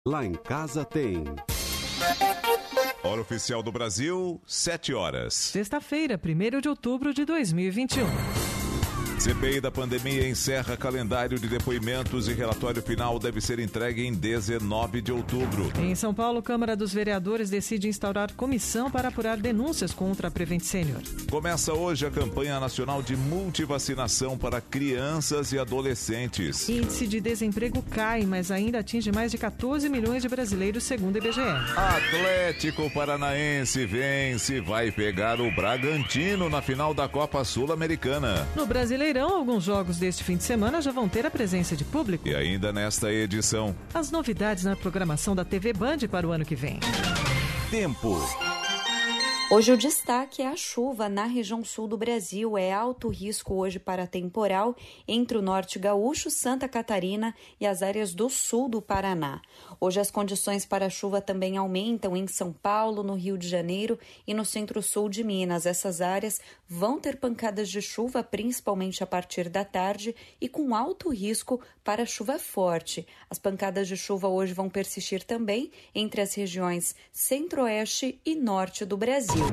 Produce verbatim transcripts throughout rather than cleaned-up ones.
Lá em casa tem... Hora oficial do Brasil, sete horas. Sexta-feira, primeiro de outubro de dois mil e vinte e um. C P I da pandemia encerra calendário de depoimentos e relatório final deve ser entregue em dezenove de outubro. Em São Paulo, Câmara dos Vereadores decide instaurar comissão para apurar denúncias contra a Prevent Senior. Começa hoje a campanha nacional de multivacinação para crianças e adolescentes. Índice de desemprego cai, mas ainda atinge mais de quatorze milhões de brasileiros, segundo o I B G E. Atlético Paranaense vence, vai pegar o Bragantino na final da Copa Sul-Americana. No Brasileirão, alguns jogos deste fim de semana já vão ter a presença de público. E ainda nesta edição, as novidades na programação da T V Band para o ano que vem. Tempo. Hoje o destaque é a chuva na região sul do Brasil. É alto risco hoje para temporal entre o norte gaúcho, Santa Catarina e as áreas do sul do Paraná. Hoje as condições para chuva também aumentam em São Paulo, no Rio de Janeiro e no centro-sul de Minas. Essas áreas vão ter pancadas de chuva, principalmente a partir da tarde, e com alto risco para chuva forte. As pancadas de chuva hoje vão persistir também entre as regiões centro-oeste e norte do Brasil.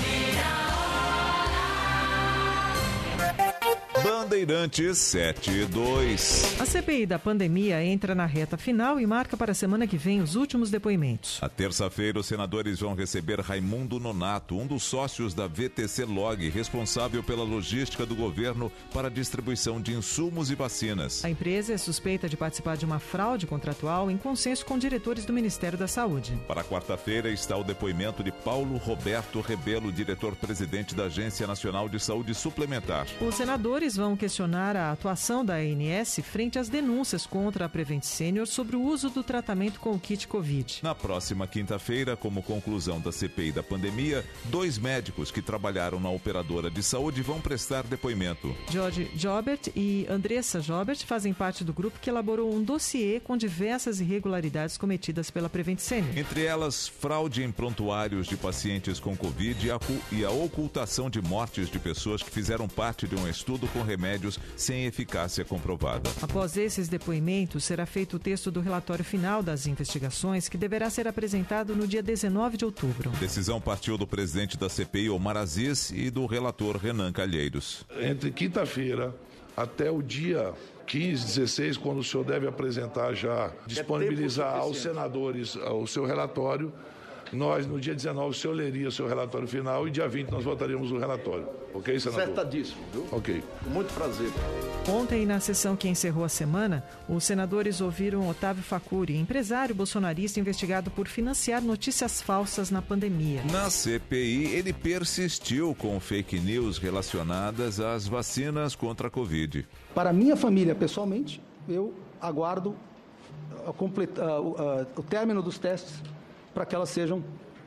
Bandeirantes sete e dois. A C P I da pandemia entra na reta final e marca para a semana que vem os últimos depoimentos. A terça-feira, os senadores vão receber Raimundo Nonato, um dos sócios da V T C Log, responsável pela logística do governo para a distribuição de insumos e vacinas. A empresa é suspeita de participar de uma fraude contratual em consenso com diretores do Ministério da Saúde. Para quarta-feira está o depoimento de Paulo Roberto Rebelo, diretor-presidente da Agência Nacional de Saúde Suplementar. Os senadores vão questionar a atuação da A N S frente às denúncias contra a Prevent Senior sobre o uso do tratamento com o kit Covid. Na próxima quinta-feira, como conclusão da C P I da pandemia, dois médicos que trabalharam na operadora de saúde vão prestar depoimento. Jorge Jobert e Andressa Jobert fazem parte do grupo que elaborou um dossiê com diversas irregularidades cometidas pela Prevent Senior. Entre elas, fraude em prontuários de pacientes com Covid e a ocultação de mortes de pessoas que fizeram parte de um estudo com remédios sem eficácia comprovada. Após esses depoimentos, será feito o texto do relatório final das investigações, que deverá ser apresentado no dia dezenove de outubro. A decisão partiu do presidente da C P I, Omar Aziz, e do relator Renan Calheiros. Entre quinta-feira até o dia quinze, dezesseis, quando o senhor deve apresentar já, disponibilizar aos senadores o seu relatório, nós, no dia dezenove, o senhor leria o seu relatório final e dia vinte nós votaríamos o relatório. Ok, senador? Acertadíssimo, viu? Ok. Com muito prazer. Ontem, na sessão que encerrou a semana, os senadores ouviram Otávio Facuri, empresário bolsonarista investigado por financiar notícias falsas na pandemia. Na C P I, ele persistiu com fake news relacionadas às vacinas contra a Covid. Para minha família, pessoalmente, eu aguardo a completa, a, a, o término dos testes para que elas sejam,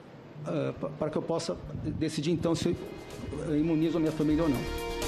uh, para que eu possa decidir então se imunizo a minha família ou não.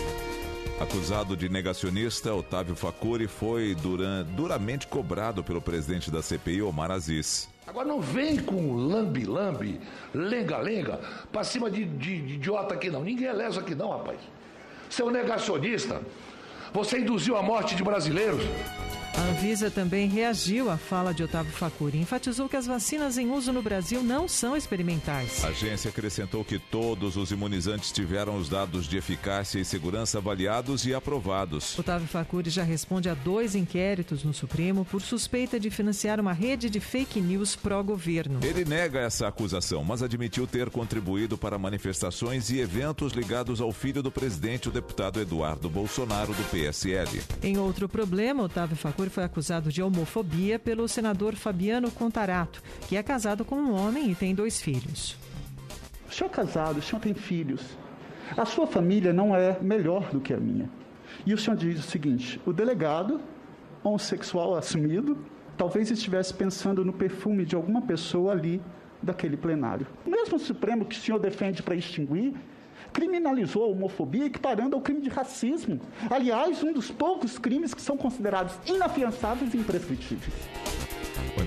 Acusado de negacionista, Otávio Facuri foi dura, duramente cobrado pelo presidente da C P I, Omar Aziz. Agora não vem com lambe-lambe, lenga-lenga, para cima de, de, de idiota aqui não. Ninguém é leso aqui não, rapaz. Você é um negacionista. Você induziu a morte de brasileiros. A Anvisa também reagiu à fala de Otávio Facuri e enfatizou que as vacinas em uso no Brasil não são experimentais. A agência acrescentou que todos os imunizantes tiveram os dados de eficácia e segurança avaliados e aprovados. Otávio Facuri já responde a dois inquéritos no Supremo por suspeita de financiar uma rede de fake news pró-governo. Ele nega essa acusação, mas admitiu ter contribuído para manifestações e eventos ligados ao filho do presidente, o deputado Eduardo Bolsonaro, do P S L. Em outro problema, Otávio Facuri foi acusado de homofobia pelo senador Fabiano Contarato, que é casado com um homem e tem dois filhos. O senhor é casado, o senhor tem filhos. A sua família não é melhor do que a minha. E o senhor diz o seguinte: o delegado homossexual assumido talvez estivesse pensando no perfume de alguma pessoa ali daquele plenário. O mesmo Supremo que o senhor defende para extinguir criminalizou a homofobia, equiparando ao crime de racismo. Aliás, um dos poucos crimes que são considerados inafiançáveis e imprescritíveis. O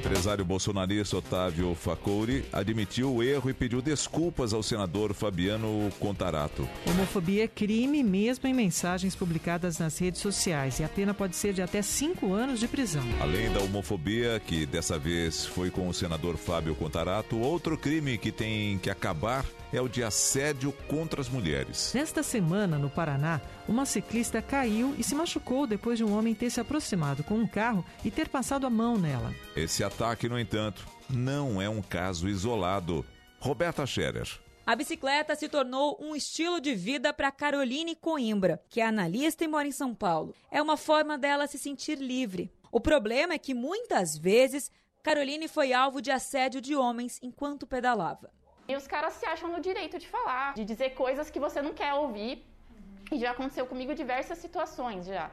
empresário bolsonarista Otávio Facuri admitiu o erro e pediu desculpas ao senador Fabiano Contarato. Homofobia é crime mesmo em mensagens publicadas nas redes sociais e a pena pode ser de até cinco anos de prisão. Além da homofobia, que dessa vez foi com o senador Fábio Contarato, outro crime que tem que acabar é o de assédio contra as mulheres. Nesta semana, no Paraná, uma ciclista caiu e se machucou depois de um homem ter se aproximado com um carro e ter passado a mão nela. Esse ataque, no entanto, não é um caso isolado. Roberta Scherer. A bicicleta se tornou um estilo de vida para Caroline Coimbra, que é analista e mora em São Paulo. É uma forma dela se sentir livre. O problema é que, muitas vezes, Caroline foi alvo de assédio de homens enquanto pedalava. E os caras se acham no direito de falar, de dizer coisas que você não quer ouvir. E já aconteceu comigo diversas situações já.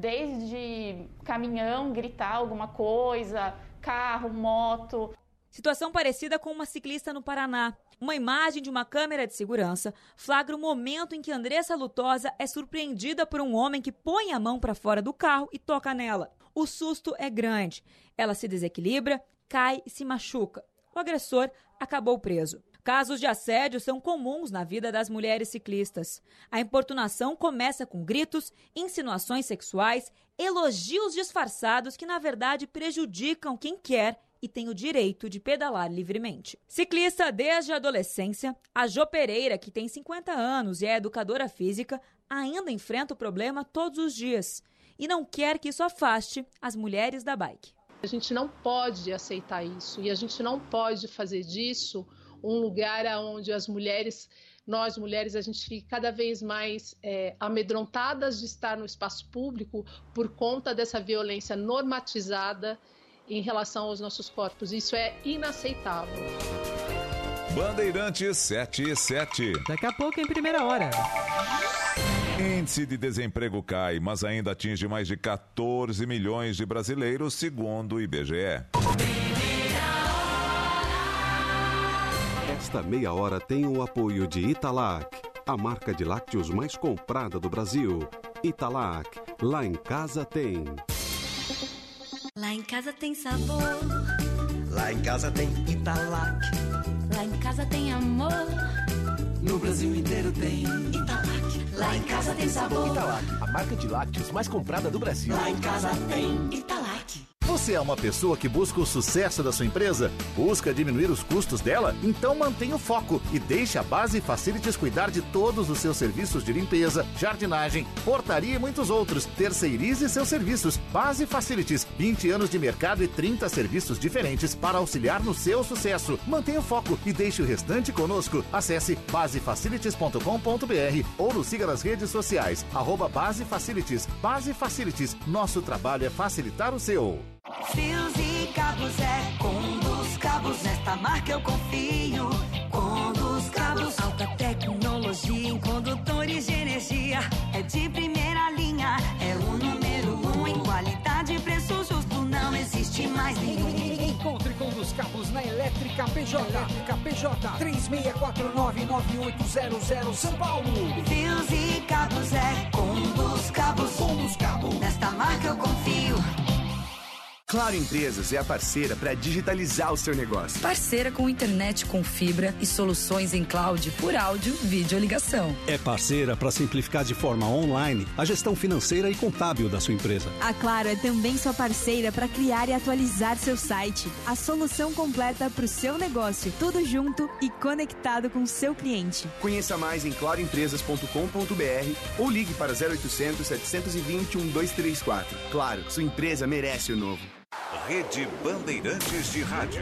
Desde caminhão, gritar alguma coisa, carro, moto. Situação parecida com uma ciclista no Paraná. Uma imagem de uma câmera de segurança flagra o momento em que Andressa Lutosa é surpreendida por um homem que põe a mão para fora do carro e toca nela. O susto é grande. Ela se desequilibra, cai e se machuca. O agressor acabou preso. Casos de assédio são comuns na vida das mulheres ciclistas. A importunação começa com gritos, insinuações sexuais, elogios disfarçados que, na verdade, prejudicam quem quer e tem o direito de pedalar livremente. Ciclista desde a adolescência, a Jô Pereira, que tem cinquenta anos e é educadora física, ainda enfrenta o problema todos os dias e não quer que isso afaste as mulheres da bike. A gente não pode aceitar isso e a gente não pode fazer disso um lugar onde as mulheres, nós mulheres, a gente fica cada vez mais é, amedrontadas de estar no espaço público por conta dessa violência normatizada em relação aos nossos corpos. Isso é inaceitável. Bandeirantes sete e sete. Daqui a pouco em primeira hora. Índice de desemprego cai, mas ainda atinge mais de quatorze milhões de brasileiros, segundo o I B G E. Esta meia hora tem o apoio de Italac, a marca de lácteos mais comprada do Brasil. Italac, lá em casa tem. Lá em casa tem sabor. Lá em casa tem Italac. Lá em casa tem amor. No Brasil inteiro tem Italac. Lá em casa tem sabor. Italac, a marca de lácteos mais comprada do Brasil. Lá em casa tem Italac. Você é uma pessoa que busca o sucesso da sua empresa? Busca diminuir os custos dela? Então mantenha o foco e deixe a Base Facilities cuidar de todos os seus serviços de limpeza, jardinagem, portaria e muitos outros. Terceirize seus serviços. Base Facilities, vinte anos de mercado e trinta serviços diferentes para auxiliar no seu sucesso. Mantenha o foco e deixe o restante conosco. Acesse base facilities ponto com ponto b r ou nos siga nas redes sociais, arroba Base Facilities. Base Facilities, nosso trabalho é facilitar o seu. Fios e cabos é Conduz Cabos, nesta marca eu confio. Conduz Cabos, alta tecnologia em condutores de energia. É de primeira linha, é o número um em qualidade e preço justo, não existe mais ninguém. Encontre Conduz Cabos na Elétrica P J. Elétrica P J, três seis quatro nove, nove oito zero zero, São Paulo. Fios e cabos é Conduz Cabos. Conduz Cabos, nesta marca eu confio. Claro Empresas é a parceira para digitalizar o seu negócio. Parceira com internet com fibra e soluções em cloud por áudio, vídeo e ligação. É parceira para simplificar de forma online a gestão financeira e contábil da sua empresa. A Claro é também sua parceira para criar e atualizar seu site. A solução completa para o seu negócio, tudo junto e conectado com o seu cliente. Conheça mais em claro empresas ponto com ponto b r ou ligue para zero oitocentos, setecentos e vinte, um dois três quatro. Claro, sua empresa merece o novo. Rede Bandeirantes de Rádio.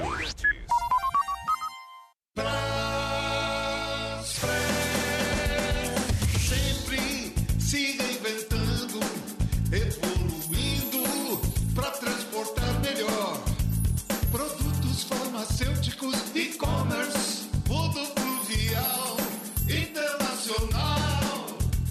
Sempre se reinventando, evoluindo para transportar melhor. Produtos farmacêuticos, e-commerce, rodoviário, internacional.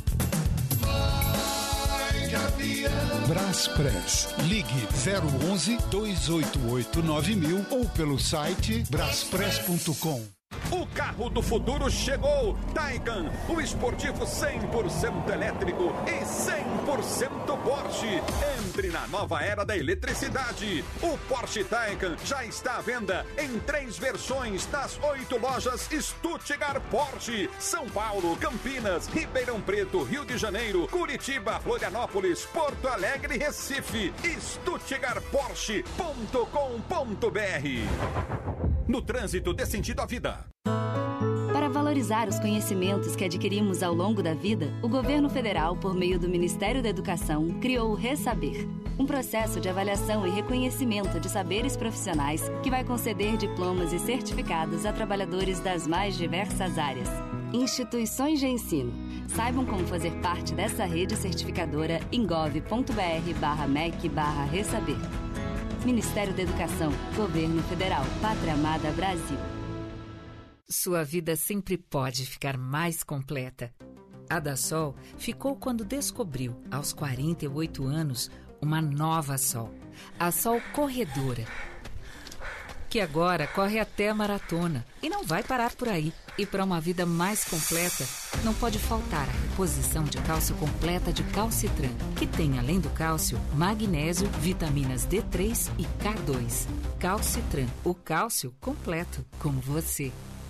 Vai de avião. Braspress. Ligue zero onze, dois oito oito, nove mil ou pelo site braspress ponto com. O carro do futuro chegou. Taycan, o esportivo cem por cento elétrico e cem por cento Porsche. Entre na nova era da eletricidade. O Porsche Taycan já está à venda em três versões nas oito lojas Stuttgart Porsche. São Paulo, Campinas, Ribeirão Preto, Rio de Janeiro, Curitiba, Florianópolis, Porto Alegre e Recife. stuttgart porsche ponto com ponto b r. No trânsito, dê sentido à vida. Para valorizar os conhecimentos que adquirimos ao longo da vida, o governo federal, por meio do Ministério da Educação, criou o Resaber, um processo de avaliação e reconhecimento de saberes profissionais que vai conceder diplomas e certificados a trabalhadores das mais diversas áreas. Instituições de ensino. Saibam como fazer parte dessa rede certificadora em gov ponto b r barra mec barra Resaber. Ministério da Educação, Governo Federal, Pátria Amada Brasil. Sua vida sempre pode ficar mais completa. A Dasol ficou quando descobriu, aos quarenta e oito anos, uma nova Sol. A Sol Corredora, que agora corre até a maratona e não vai parar por aí. E para uma vida mais completa, não pode faltar a reposição de cálcio completa de Calcitran, que tem, além do cálcio, magnésio, vitaminas D três e K dois. Calcitran, o cálcio completo, como você.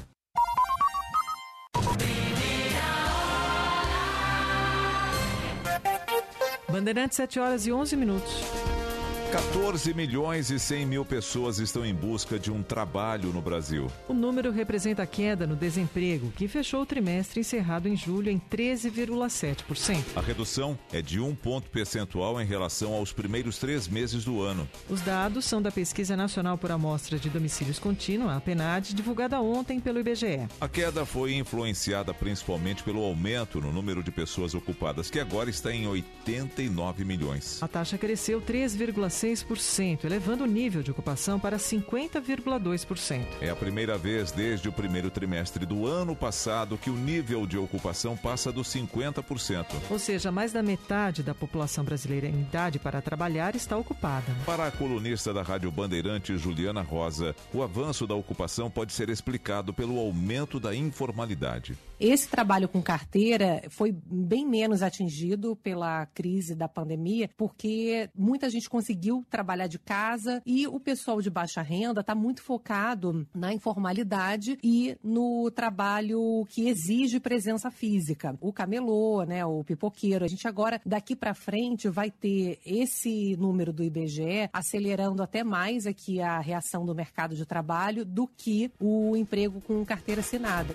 Bandeirantes, sete horas e onze minutos. quatorze milhões e cem mil pessoas estão em busca de um trabalho no Brasil. O número representa a queda no desemprego, que fechou o trimestre encerrado em julho em treze vírgula sete por cento. A redução é de um ponto percentual em relação aos primeiros três meses do ano. Os dados são da Pesquisa Nacional por Amostra de Domicílios Contínua, a PNAD, divulgada ontem pelo I B G E. A queda foi influenciada principalmente pelo aumento no número de pessoas ocupadas, que agora está em oitenta e nove milhões. A taxa cresceu três vírgula seis por cento, elevando o nível de ocupação para cinquenta vírgula dois por cento. É a primeira vez desde o primeiro trimestre do ano passado que o nível de ocupação passa dos cinquenta por cento. Ou seja, mais da metade da população brasileira em idade para trabalhar está ocupada. Para a colunista da Rádio Bandeirantes, Juliana Rosa, o avanço da ocupação pode ser explicado pelo aumento da informalidade. Esse trabalho com carteira foi bem menos atingido pela crise da pandemia, porque muita gente conseguiu trabalhar de casa e o pessoal de baixa renda está muito focado na informalidade e no trabalho que exige presença física. O camelô, né, o pipoqueiro. A gente agora, daqui para frente, vai ter esse número do I B G E acelerando até mais aqui a reação do mercado de trabalho do que o emprego com carteira assinada.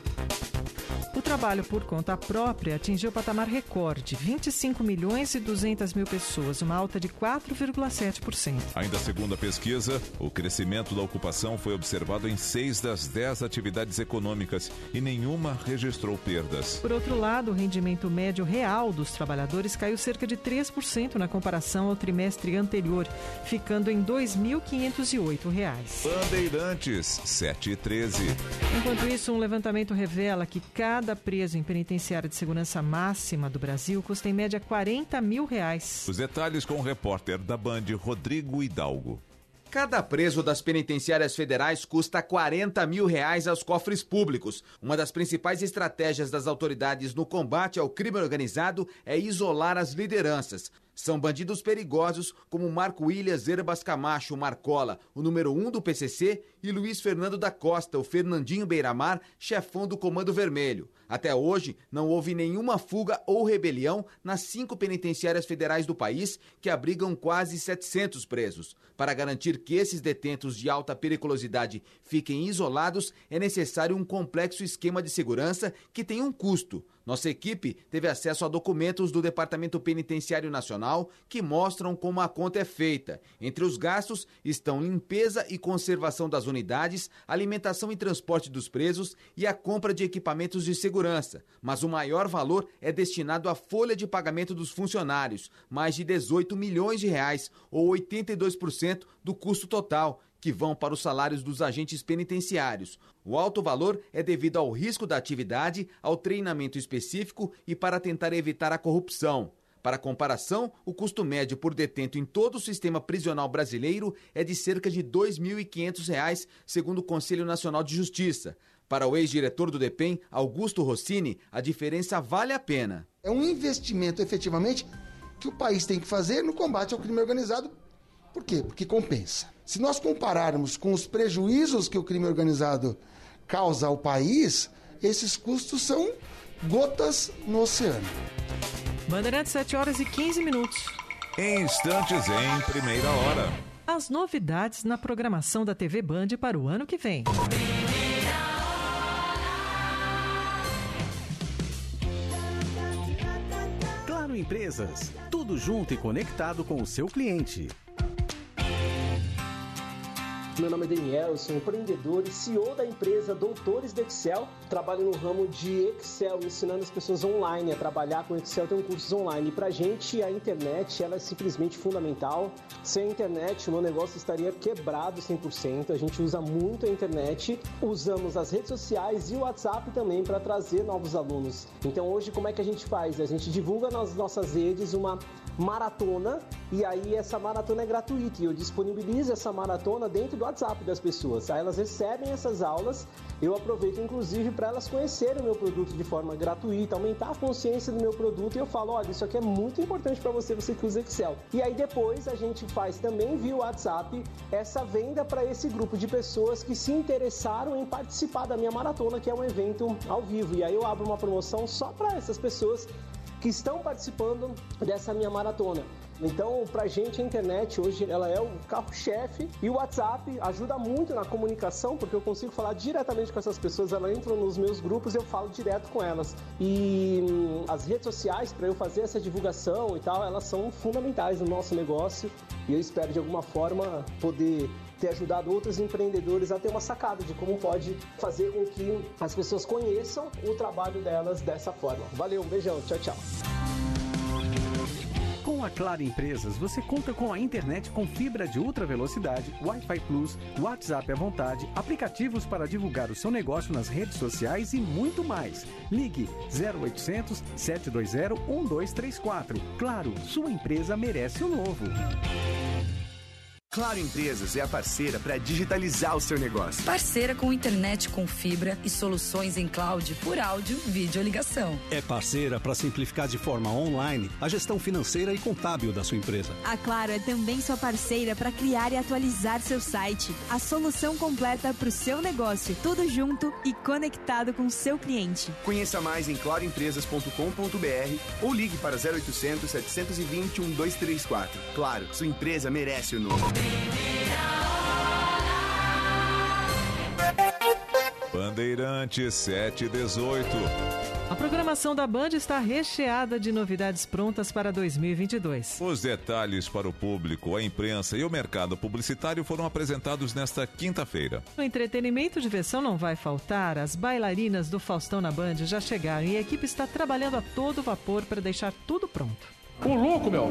O trabalho por conta própria atingiu o patamar recorde, vinte e cinco milhões e duzentas mil pessoas, uma alta de quatro vírgula sete por cento. Ainda segundo a pesquisa, o crescimento da ocupação foi observado em seis das dez atividades econômicas e nenhuma registrou perdas. Por outro lado, o rendimento médio real dos trabalhadores caiu cerca de três por cento na comparação ao trimestre anterior, ficando em dois mil quinhentos e oito reais. Bandeirantes, sete e treze. Enquanto isso, um levantamento revela que cada preso em penitenciária de segurança máxima do Brasil custa em média quarenta mil reais. Os detalhes com o repórter da Band, Rodrigo Hidalgo. Cada preso das penitenciárias federais custa quarenta mil reais aos cofres públicos. Uma das principais estratégias das autoridades no combate ao crime organizado é isolar as lideranças. São bandidos perigosos como Marco Williams Herbas Camacho, o Marcola, o número um do P C C, e Luiz Fernando da Costa, o Fernandinho Beiramar, chefão do Comando Vermelho. Até hoje, não houve nenhuma fuga ou rebelião nas cinco penitenciárias federais do país, que abrigam quase setecentos presos. Para garantir que esses detentos de alta periculosidade fiquem isolados, é necessário um complexo esquema de segurança que tem um custo. Nossa equipe teve acesso a documentos do Departamento Penitenciário Nacional que mostram como a conta é feita. Entre os gastos estão limpeza e conservação das unidades, alimentação e transporte dos presos e a compra de equipamentos de segurança. Mas o maior valor é destinado à folha de pagamento dos funcionários, mais de dezoito milhões de reais, ou oitenta e dois por cento do custo total, que vão para os salários dos agentes penitenciários. O alto valor é devido ao risco da atividade, ao treinamento específico e para tentar evitar a corrupção. Para comparação, o custo médio por detento em todo o sistema prisional brasileiro é de cerca de dois mil e quinhentos reais, segundo o Conselho Nacional de Justiça. Para o ex-diretor do DEPEN, Augusto Rossini, a diferença vale a pena. É um investimento, efetivamente, que o país tem que fazer no combate ao crime organizado. Por quê? Porque compensa. Se nós compararmos com os prejuízos que o crime organizado causa ao país, esses custos são gotas no oceano. Bandeirantes, sete horas e quinze minutos. Em instantes, em primeira hora. As novidades na programação da T V Band para o ano que vem. Claro Empresas. Tudo junto e conectado com o seu cliente. Meu nome é Daniel, eu sou empreendedor e C E O da empresa Doutores do Excel. Trabalho no ramo de Excel, ensinando as pessoas online a trabalhar com Excel. Tenho cursos online. E pra gente, a internet ela é simplesmente fundamental. Sem a internet, o meu negócio estaria quebrado cem por cento. A gente usa muito a internet, usamos as redes sociais e o WhatsApp também para trazer novos alunos. Então hoje, como é que a gente faz? A gente divulga nas nossas redes uma maratona e aí essa maratona é gratuita e eu disponibilizo essa maratona dentro do WhatsApp das pessoas. Aí elas recebem essas aulas, eu aproveito inclusive para elas conhecerem o meu produto de forma gratuita, aumentar a consciência do meu produto e eu falo, olha, isso aqui é muito importante para você, você que usa Excel. E aí depois a gente faz também via WhatsApp essa venda para esse grupo de pessoas que se interessaram em participar da minha maratona, que é um evento ao vivo. E aí eu abro uma promoção só para essas pessoas que estão participando dessa minha maratona. Então, pra gente, a internet hoje ela é o carro-chefe e o WhatsApp ajuda muito na comunicação, porque eu consigo falar diretamente com essas pessoas, elas entram nos meus grupos e eu falo direto com elas. E hum, as redes sociais, para eu fazer essa divulgação e tal, elas são fundamentais no nosso negócio e eu espero, de alguma forma, poder ter ajudado outros empreendedores a ter uma sacada de como pode fazer com que as pessoas conheçam o trabalho delas dessa forma. Valeu, um beijão, tchau, tchau. Com a Claro Empresas, você conta com a internet com fibra de ultra velocidade, Wi-Fi Plus, WhatsApp à vontade, aplicativos para divulgar o seu negócio nas redes sociais e muito mais. Ligue zero oitocentos, sete dois zero, um dois três quatro. Claro, sua empresa merece o novo. Claro Empresas é a parceira para digitalizar o seu negócio. Parceira com internet com fibra e soluções em cloud por áudio, vídeo ligação. É parceira para simplificar de forma online a gestão financeira e contábil da sua empresa. A Claro é também sua parceira para criar e atualizar seu site. A solução completa para o seu negócio, tudo junto e conectado com o seu cliente. Conheça mais em claro empresas ponto com ponto b r ou ligue para zero oitocentos, setecentos e vinte, um dois três quatro. Claro, sua empresa merece o novo. Bandeirantes sete e dezoito. A programação da Band está recheada de novidades prontas para dois mil e vinte e dois. Os detalhes para o público, a imprensa e o mercado publicitário foram apresentados nesta quinta-feira. O entretenimento de diversão não vai faltar. As bailarinas do Faustão na Band já chegaram e a equipe está trabalhando a todo vapor para deixar tudo pronto. Ô louco, meu!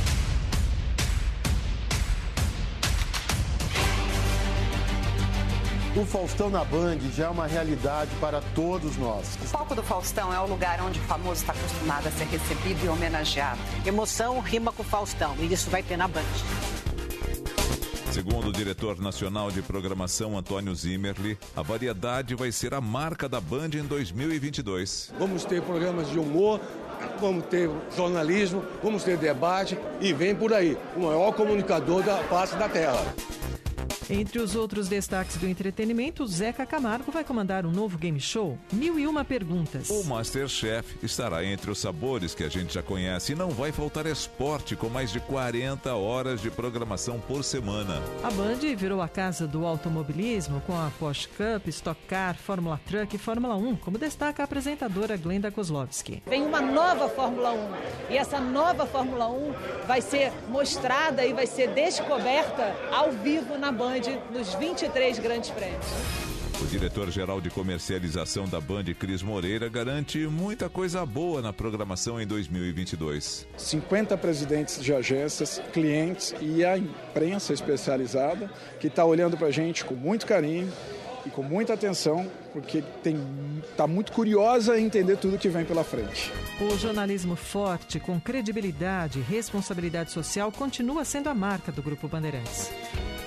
O Faustão na Band já é uma realidade para todos nós. O palco do Faustão é o lugar onde o famoso está acostumado a ser recebido e homenageado. Emoção rima com Faustão e isso vai ter na Band. Segundo o diretor nacional de programação, Antônio Zimmerli, a variedade vai ser a marca da Band em dois mil e vinte e dois. Vamos ter programas de humor, vamos ter jornalismo, vamos ter debate e vem por aí, o maior comunicador da face da Terra. Entre os outros destaques do entretenimento, Zeca Camargo vai comandar um novo game show, Mil e Uma Perguntas. O Masterchef estará entre os sabores que a gente já conhece e não vai faltar esporte, com mais de quarenta horas de programação por semana. A Band virou a casa do automobilismo com a Porsche Cup, Stock Car, Fórmula Truck e Fórmula um, como destaca a apresentadora Glenda Kozlovski. Vem uma nova Fórmula um e essa nova Fórmula um vai ser mostrada e vai ser descoberta ao vivo na Band nos vinte e três grandes prêmios. O diretor-geral de comercialização da Band, Cris Moreira, garante muita coisa boa na programação em dois mil e vinte e dois. cinquenta presidentes de agências, clientes e a imprensa especializada que está olhando para a gente com muito carinho e com muita atenção, porque está muito curiosa em entender tudo que vem pela frente. O jornalismo forte, com credibilidade e responsabilidade social, continua sendo a marca do Grupo Bandeirantes.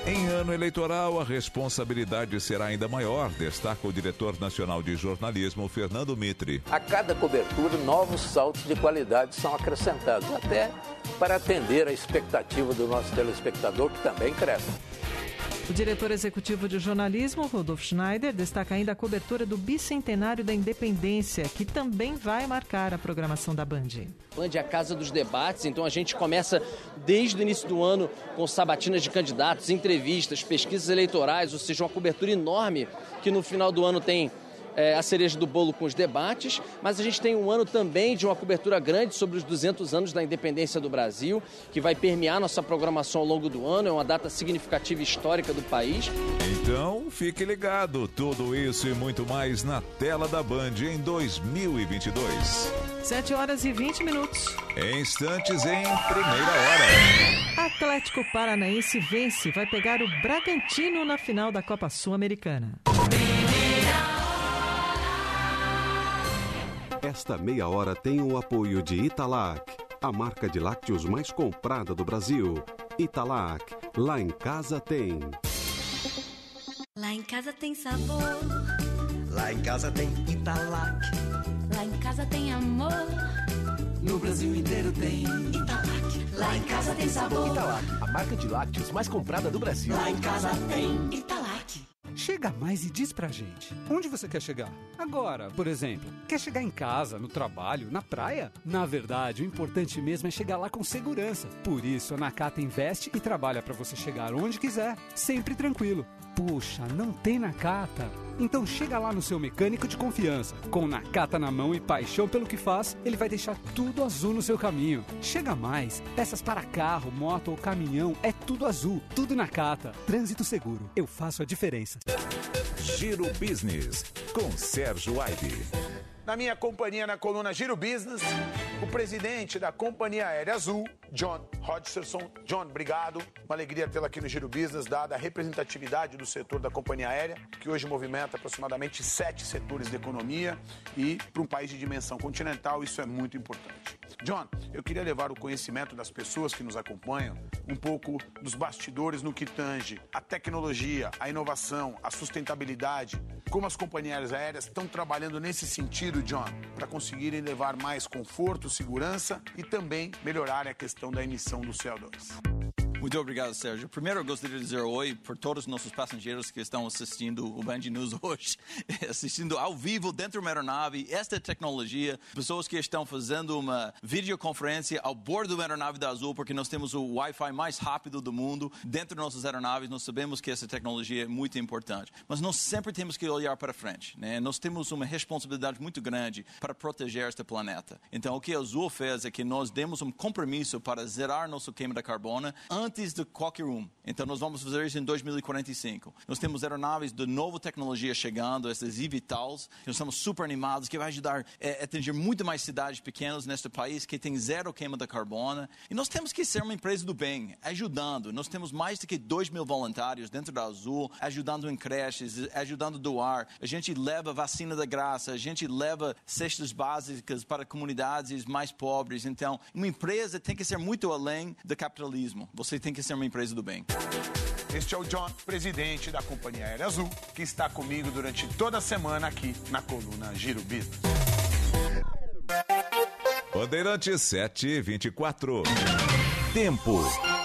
Em ano eleitoral, a responsabilidade será ainda maior, destaca o diretor nacional de jornalismo, Fernando Mitre. A cada cobertura, novos saltos de qualidade são acrescentados, até para atender a expectativa do nosso telespectador, que também cresce. O diretor executivo de jornalismo, Rodolfo Schneider, destaca ainda a cobertura do bicentenário da independência, que também vai marcar a programação da Band. Band é a casa dos debates, então a gente começa desde o início do ano com sabatinas de candidatos, entrevistas, pesquisas eleitorais, ou seja, uma cobertura enorme que no final do ano tem É, a cereja do bolo com os debates, mas a gente tem um ano também de uma cobertura grande sobre os duzentos anos da independência do Brasil, que vai permear nossa programação ao longo do ano, é uma data significativa e histórica do país. Então, fique ligado, tudo isso e muito mais na tela da Band em dois mil e vinte e dois. sete horas e vinte minutos. Em instantes, em primeira hora. Atlético Paranaense vence, vai pegar o Bragantino na final da Copa Sul-Americana. Esta meia hora tem o apoio de Italac, a marca de lácteos mais comprada do Brasil. Italac, lá em casa tem. Lá em casa tem sabor. Lá em casa tem Italac. Lá em casa tem amor. No Brasil inteiro tem Italac. Lá em casa tem sabor. Italac, a marca de lácteos mais comprada do Brasil. Lá em casa tem Italac. Chega mais e diz pra gente, onde você quer chegar? Agora, por exemplo, quer chegar em casa, no trabalho, na praia? Na verdade, o importante mesmo é chegar lá com segurança. Por isso, a Nakata investe e trabalha pra você chegar onde quiser, sempre tranquilo. Puxa, não tem Nakata? Então chega lá no seu mecânico de confiança. Com Nakata na mão e paixão pelo que faz, ele vai deixar tudo azul no seu caminho. Chega mais, peças para carro, moto ou caminhão, é tudo azul, tudo Nakata. Trânsito seguro, eu faço a diferença. Giro Business, com Sérgio Aibe. Na minha companhia, na coluna Giro Business, o presidente da Companhia Aérea Azul, John Hodgson. John, obrigado. Uma alegria tê-lo aqui no Giro Business, dada a representatividade do setor da companhia aérea, que hoje movimenta aproximadamente sete setores da economia e, para um país de dimensão continental, isso é muito importante. John, eu queria levar o conhecimento das pessoas que nos acompanham um pouco dos bastidores no que tange a tecnologia, a inovação, a sustentabilidade, como as companhias aéreas estão trabalhando nesse sentido, John, para conseguirem levar mais conforto, segurança e também melhorar a questão da emissão do C O dois. Muito obrigado, Sérgio. Primeiro, eu gostaria de dizer oi por todos os nossos passageiros que estão assistindo o Band News hoje, assistindo ao vivo dentro de uma aeronave, esta tecnologia, pessoas que estão fazendo uma videoconferência ao bordo de uma aeronave da Azul, porque nós temos o Wi-Fi mais rápido do mundo dentro de nossas aeronaves, nós sabemos que essa tecnologia é muito importante, mas nós sempre temos que olhar para frente, né? Nós temos uma responsabilidade muito grande para proteger este planeta. Então, o que a Azul fez é que nós demos um compromisso para zerar nosso queima de carbono antes de qualquer um. Então, nós vamos fazer isso em dois mil e quarenta e cinco. Nós temos aeronaves de nova tecnologia chegando, essas eVTOLs, que nós estamos super animados, que vai ajudar a atingir muito mais cidades pequenas neste país, que tem zero queima de carbono. E nós temos que ser uma empresa do bem, ajudando. Nós temos mais do que dois mil voluntários dentro da Azul, ajudando em creches, ajudando a doar. A gente leva vacina da graça, a gente leva cestas básicas para comunidades mais pobres. Então, uma empresa tem que ser muito além do capitalismo. Você tem que ser uma empresa do bem. Este é o John, presidente da Companhia Aérea Azul, que está comigo durante toda a semana aqui na coluna Giro Business. Bandeirantes sete e vinte e quatro. Tempo.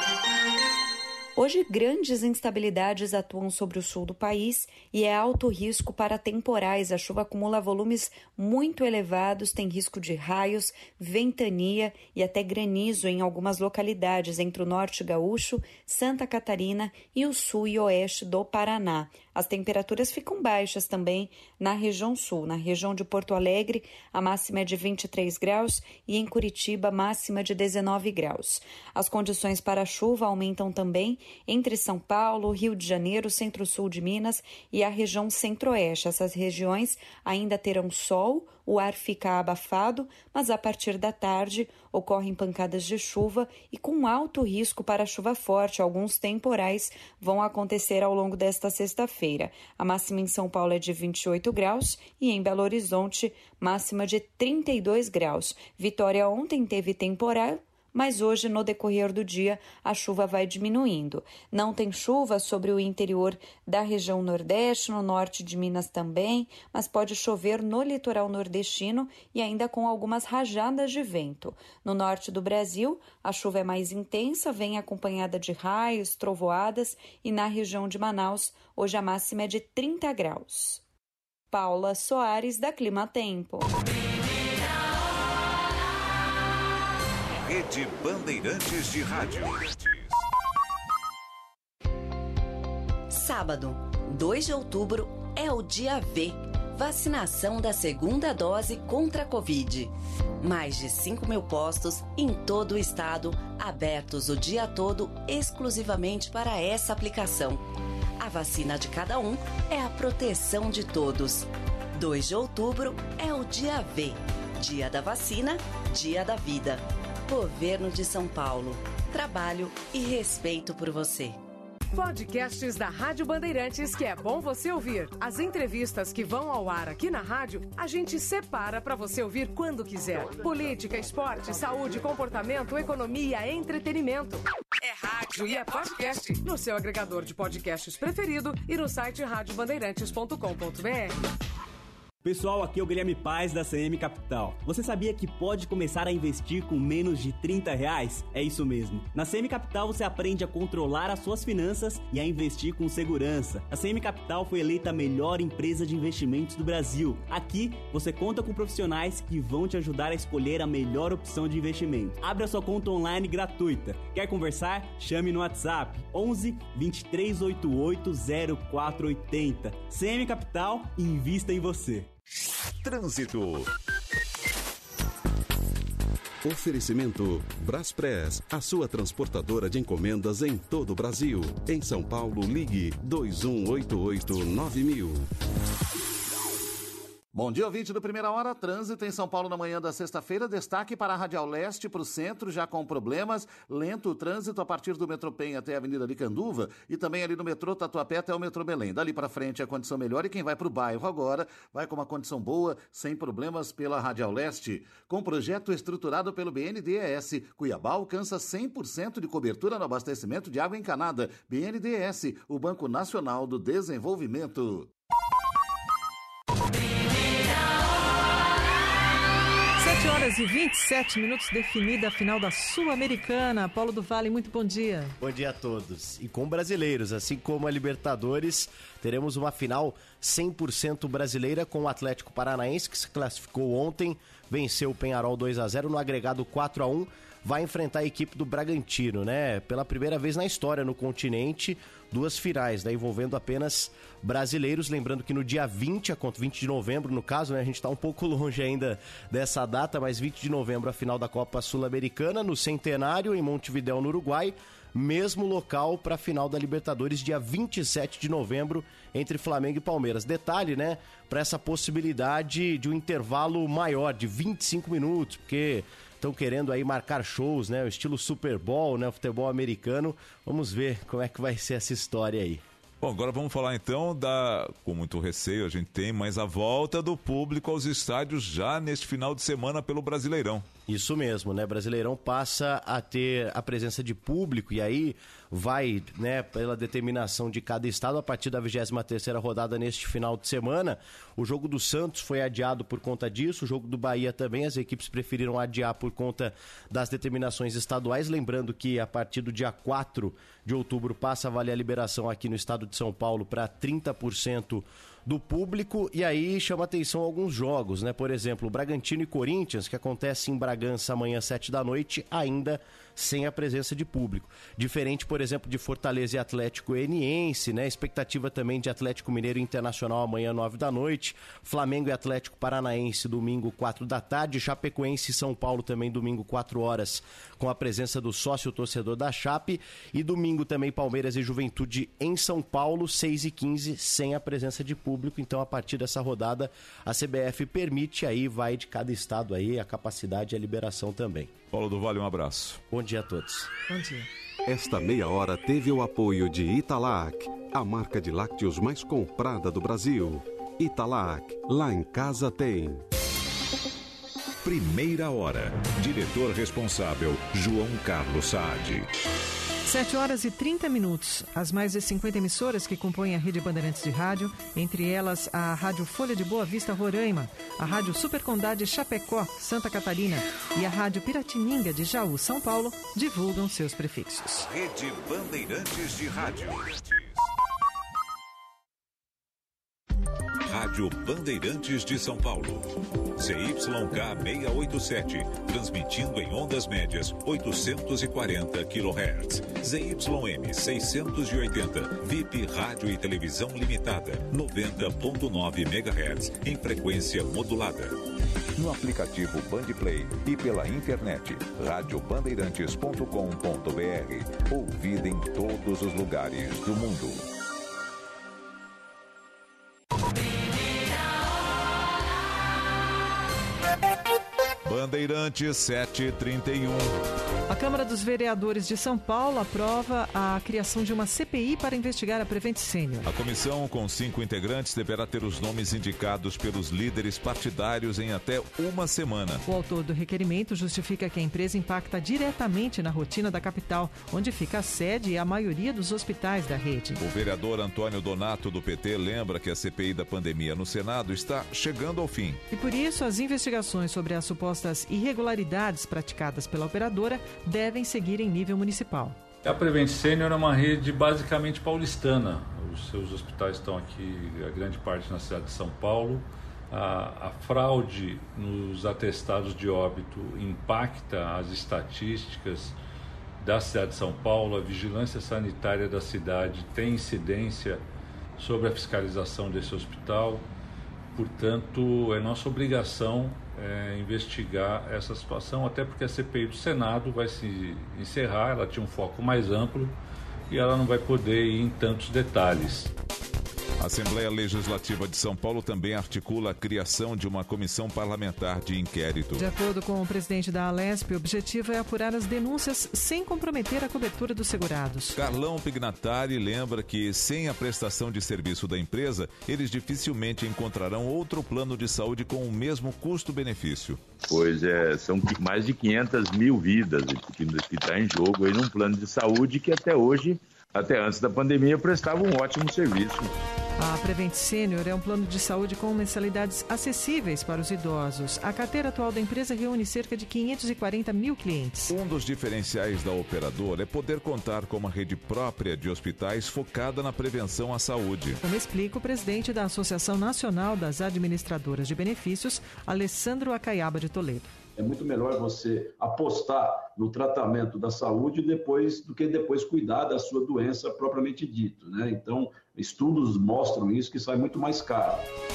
Hoje, grandes instabilidades atuam sobre o sul do país e é alto risco para temporais. A chuva acumula volumes muito elevados, tem risco de raios, ventania e até granizo em algumas localidades entre o norte gaúcho, Santa Catarina e o sul e oeste do Paraná. As temperaturas ficam baixas também na região sul. Na região de Porto Alegre, a máxima é de vinte e três graus e em Curitiba, máxima de dezenove graus. As condições para a chuva aumentam também entre São Paulo, Rio de Janeiro, centro-sul de Minas e a região centro-oeste. Essas regiões ainda terão sol, o ar fica abafado, mas a partir da tarde ocorrem pancadas de chuva e com alto risco para chuva forte. Alguns temporais vão acontecer ao longo desta sexta-feira. A máxima em São Paulo é de vinte e oito graus e em Belo Horizonte, máxima de trinta e dois graus. Vitória ontem teve temporal, mas hoje, no decorrer do dia, a chuva vai diminuindo. Não tem chuva sobre o interior da região nordeste, no norte de Minas também, mas pode chover no litoral nordestino e ainda com algumas rajadas de vento. No norte do Brasil, a chuva é mais intensa, vem acompanhada de raios, trovoadas, e na região de Manaus, hoje a máxima é de trinta graus. Paula Soares, da Clima Tempo. Rede Bandeirantes de Rádio. Sábado, dois de outubro, é o dia V. Vacinação da segunda dose contra a Covid. Mais de cinco mil postos em todo o estado, abertos o dia todo exclusivamente para essa aplicação. A vacina de cada um é a proteção de todos. dois de outubro é o dia V. Dia da vacina, dia da vida. Governo de São Paulo. Trabalho e respeito por você. Podcasts da Rádio Bandeirantes que é bom você ouvir. As entrevistas que vão ao ar aqui na rádio, a gente separa para você ouvir quando quiser. Política, esporte, saúde, comportamento, economia, entretenimento. É rádio e é podcast no seu agregador de podcasts preferido e no site rádio bandeirantes ponto com ponto b r. Pessoal, aqui é o Guilherme Paz da C M Capital. Você sabia que pode começar a investir com menos de trinta reais? É isso mesmo. Na C M Capital você aprende a controlar as suas finanças e a investir com segurança. A C M Capital foi eleita a melhor empresa de investimentos do Brasil. Aqui você conta com profissionais que vão te ajudar a escolher a melhor opção de investimento. Abra sua conta online gratuita. Quer conversar? Chame no WhatsApp onze, vinte e três oitenta e oito, zero quatro oitenta. C M Capital, invista em você. Trânsito. Oferecimento Braspress, a sua transportadora de encomendas em todo o Brasil. Em São Paulo, ligue dois um oito oito nove mil. Bom dia, ouvinte do Primeira Hora. Trânsito em São Paulo na manhã da sexta-feira. Destaque para a Radial Leste, para o centro, já com problemas. Lento o trânsito a partir do metrô Penha até a Avenida Licanduva e também ali no metrô Tatuapé até o metrô Belém. Dali para frente a condição melhor e quem vai para o bairro agora vai com uma condição boa, sem problemas pela Radial Leste. Com projeto estruturado pelo B N D E S, Cuiabá alcança cem por cento de cobertura no abastecimento de água encanada. B N D E S, o Banco Nacional do Desenvolvimento. sete horas e vinte e sete minutos, definida a final da Sul-Americana. Paulo do Vale, muito bom dia. Bom dia a todos. E com brasileiros, assim como a Libertadores, teremos uma final cem por cento brasileira com o Atlético Paranaense, que se classificou ontem, venceu o Peñarol dois a zero no agregado quatro a um. Vai enfrentar a equipe do Bragantino, né? Pela primeira vez na história no continente, duas finais, né? Envolvendo apenas brasileiros. Lembrando que no dia vinte, vinte de novembro, no caso, né? A gente está um pouco longe ainda dessa data, mas vinte de novembro a final da Copa Sul-Americana, no Centenário, em Montevidéu, no Uruguai. Mesmo local para a final da Libertadores, dia vinte e sete de novembro, entre Flamengo e Palmeiras. Detalhe, né? Para essa possibilidade de um intervalo maior, de vinte e cinco minutos, porque estão querendo aí marcar shows, né? O estilo Super Bowl, né? O futebol americano. Vamos ver como é que vai ser essa história aí. Bom, agora vamos falar então da, com muito receio a gente tem, mas a volta do público aos estádios já neste final de semana pelo Brasileirão. Isso mesmo, né? Brasileirão passa a ter a presença de público e aí vai, né, pela determinação de cada estado a partir da vigésima terceira rodada neste final de semana. O jogo do Santos foi adiado por conta disso, o jogo do Bahia também, as equipes preferiram adiar por conta das determinações estaduais. Lembrando que a partir do dia quatro de outubro passa a valer a liberação aqui no estado de São Paulo para trinta por cento do público, e aí chama atenção alguns jogos, né? Por exemplo, o Bragantino e Corinthians, que acontece em Bragança amanhã às sete da noite, ainda sem a presença de público. Diferente, por exemplo, de Fortaleza e Atlético Goianiense, né? Expectativa também de Atlético Mineiro e Internacional amanhã nove da noite, Flamengo e Atlético Paranaense domingo quatro da tarde, Chapecoense e São Paulo também domingo quatro horas, com a presença do sócio torcedor da Chape, e domingo também Palmeiras e Juventude em São Paulo, seis e quinze, sem a presença de público. Então, a partir dessa rodada, a C B F permite, aí vai de cada estado aí a capacidade e a liberação também. Paulo do Vale, um abraço. Bom dia a todos. Bom dia. Esta meia hora teve o apoio de Italac, a marca de lácteos mais comprada do Brasil. Italac, lá em casa tem. Primeira Hora. Diretor responsável, João Carlos Saad. sete horas e trinta minutos. As mais de cinquenta emissoras que compõem a Rede Bandeirantes de Rádio, entre elas a Rádio Folha de Boa Vista, Roraima, a Rádio Supercondade Chapecó, Santa Catarina e a Rádio Piratininga de Jaú, São Paulo, divulgam seus prefixos. Rede Bandeirantes de Rádio. Rádio Bandeirantes de São Paulo. C Y K seiscentos e oitenta e sete, transmitindo em ondas médias oitocentos e quarenta quilohertz. Z Y M seiscentos e oitenta, V I P Rádio e Televisão Limitada, noventa vírgula nove megahertz, em frequência modulada. No aplicativo Bandplay e pela internet, rádio bandeirantes ponto com ponto b r. Ouvida em todos os lugares do mundo. Bandeirantes sete e trinta e um. A Câmara dos Vereadores de São Paulo aprova a criação de uma C P I para investigar a Prevent Senior. A comissão, com cinco integrantes, deverá ter os nomes indicados pelos líderes partidários em até uma semana. O autor do requerimento justifica que a empresa impacta diretamente na rotina da capital, onde fica a sede e a maioria dos hospitais da rede. O vereador Antônio Donato, do P T, lembra que a C P I da pandemia no Senado está chegando ao fim. E por isso, as investigações sobre as supostas irregularidades praticadas pela operadora devem seguir em nível municipal. A Prevent Senior é uma rede basicamente paulistana. Os seus hospitais estão aqui, a grande parte na cidade de São Paulo. A, a fraude nos atestados de óbito impacta as estatísticas da cidade de São Paulo. A vigilância sanitária da cidade tem incidência sobre a fiscalização desse hospital. Portanto, é nossa obrigação é, investigar essa situação, até porque a C P I do Senado vai se encerrar, ela tinha um foco mais amplo e ela não vai poder ir em tantos detalhes. A Assembleia Legislativa de São Paulo também articula a criação de uma comissão parlamentar de inquérito. De acordo com o presidente da Alesp, o objetivo é apurar as denúncias sem comprometer a cobertura dos segurados. Carlão Pignatari lembra que, sem a prestação de serviço da empresa, eles dificilmente encontrarão outro plano de saúde com o mesmo custo-benefício. Pois é, são mais de quinhentas mil vidas que está em jogo aí num plano de saúde que até hoje, até antes da pandemia, prestava um ótimo serviço. A Prevent Senior é um plano de saúde com mensalidades acessíveis para os idosos. A carteira atual da empresa reúne cerca de quinhentos e quarenta mil clientes. Um dos diferenciais da operadora é poder contar com uma rede própria de hospitais focada na prevenção à saúde. Como explica o presidente da Associação Nacional das Administradoras de Benefícios, Alessandro Acaiaba de Toledo. É muito melhor você apostar no tratamento da saúde depois, do que depois cuidar da sua doença propriamente dito, né? Então, estudos mostram isso, que sai muito mais caro.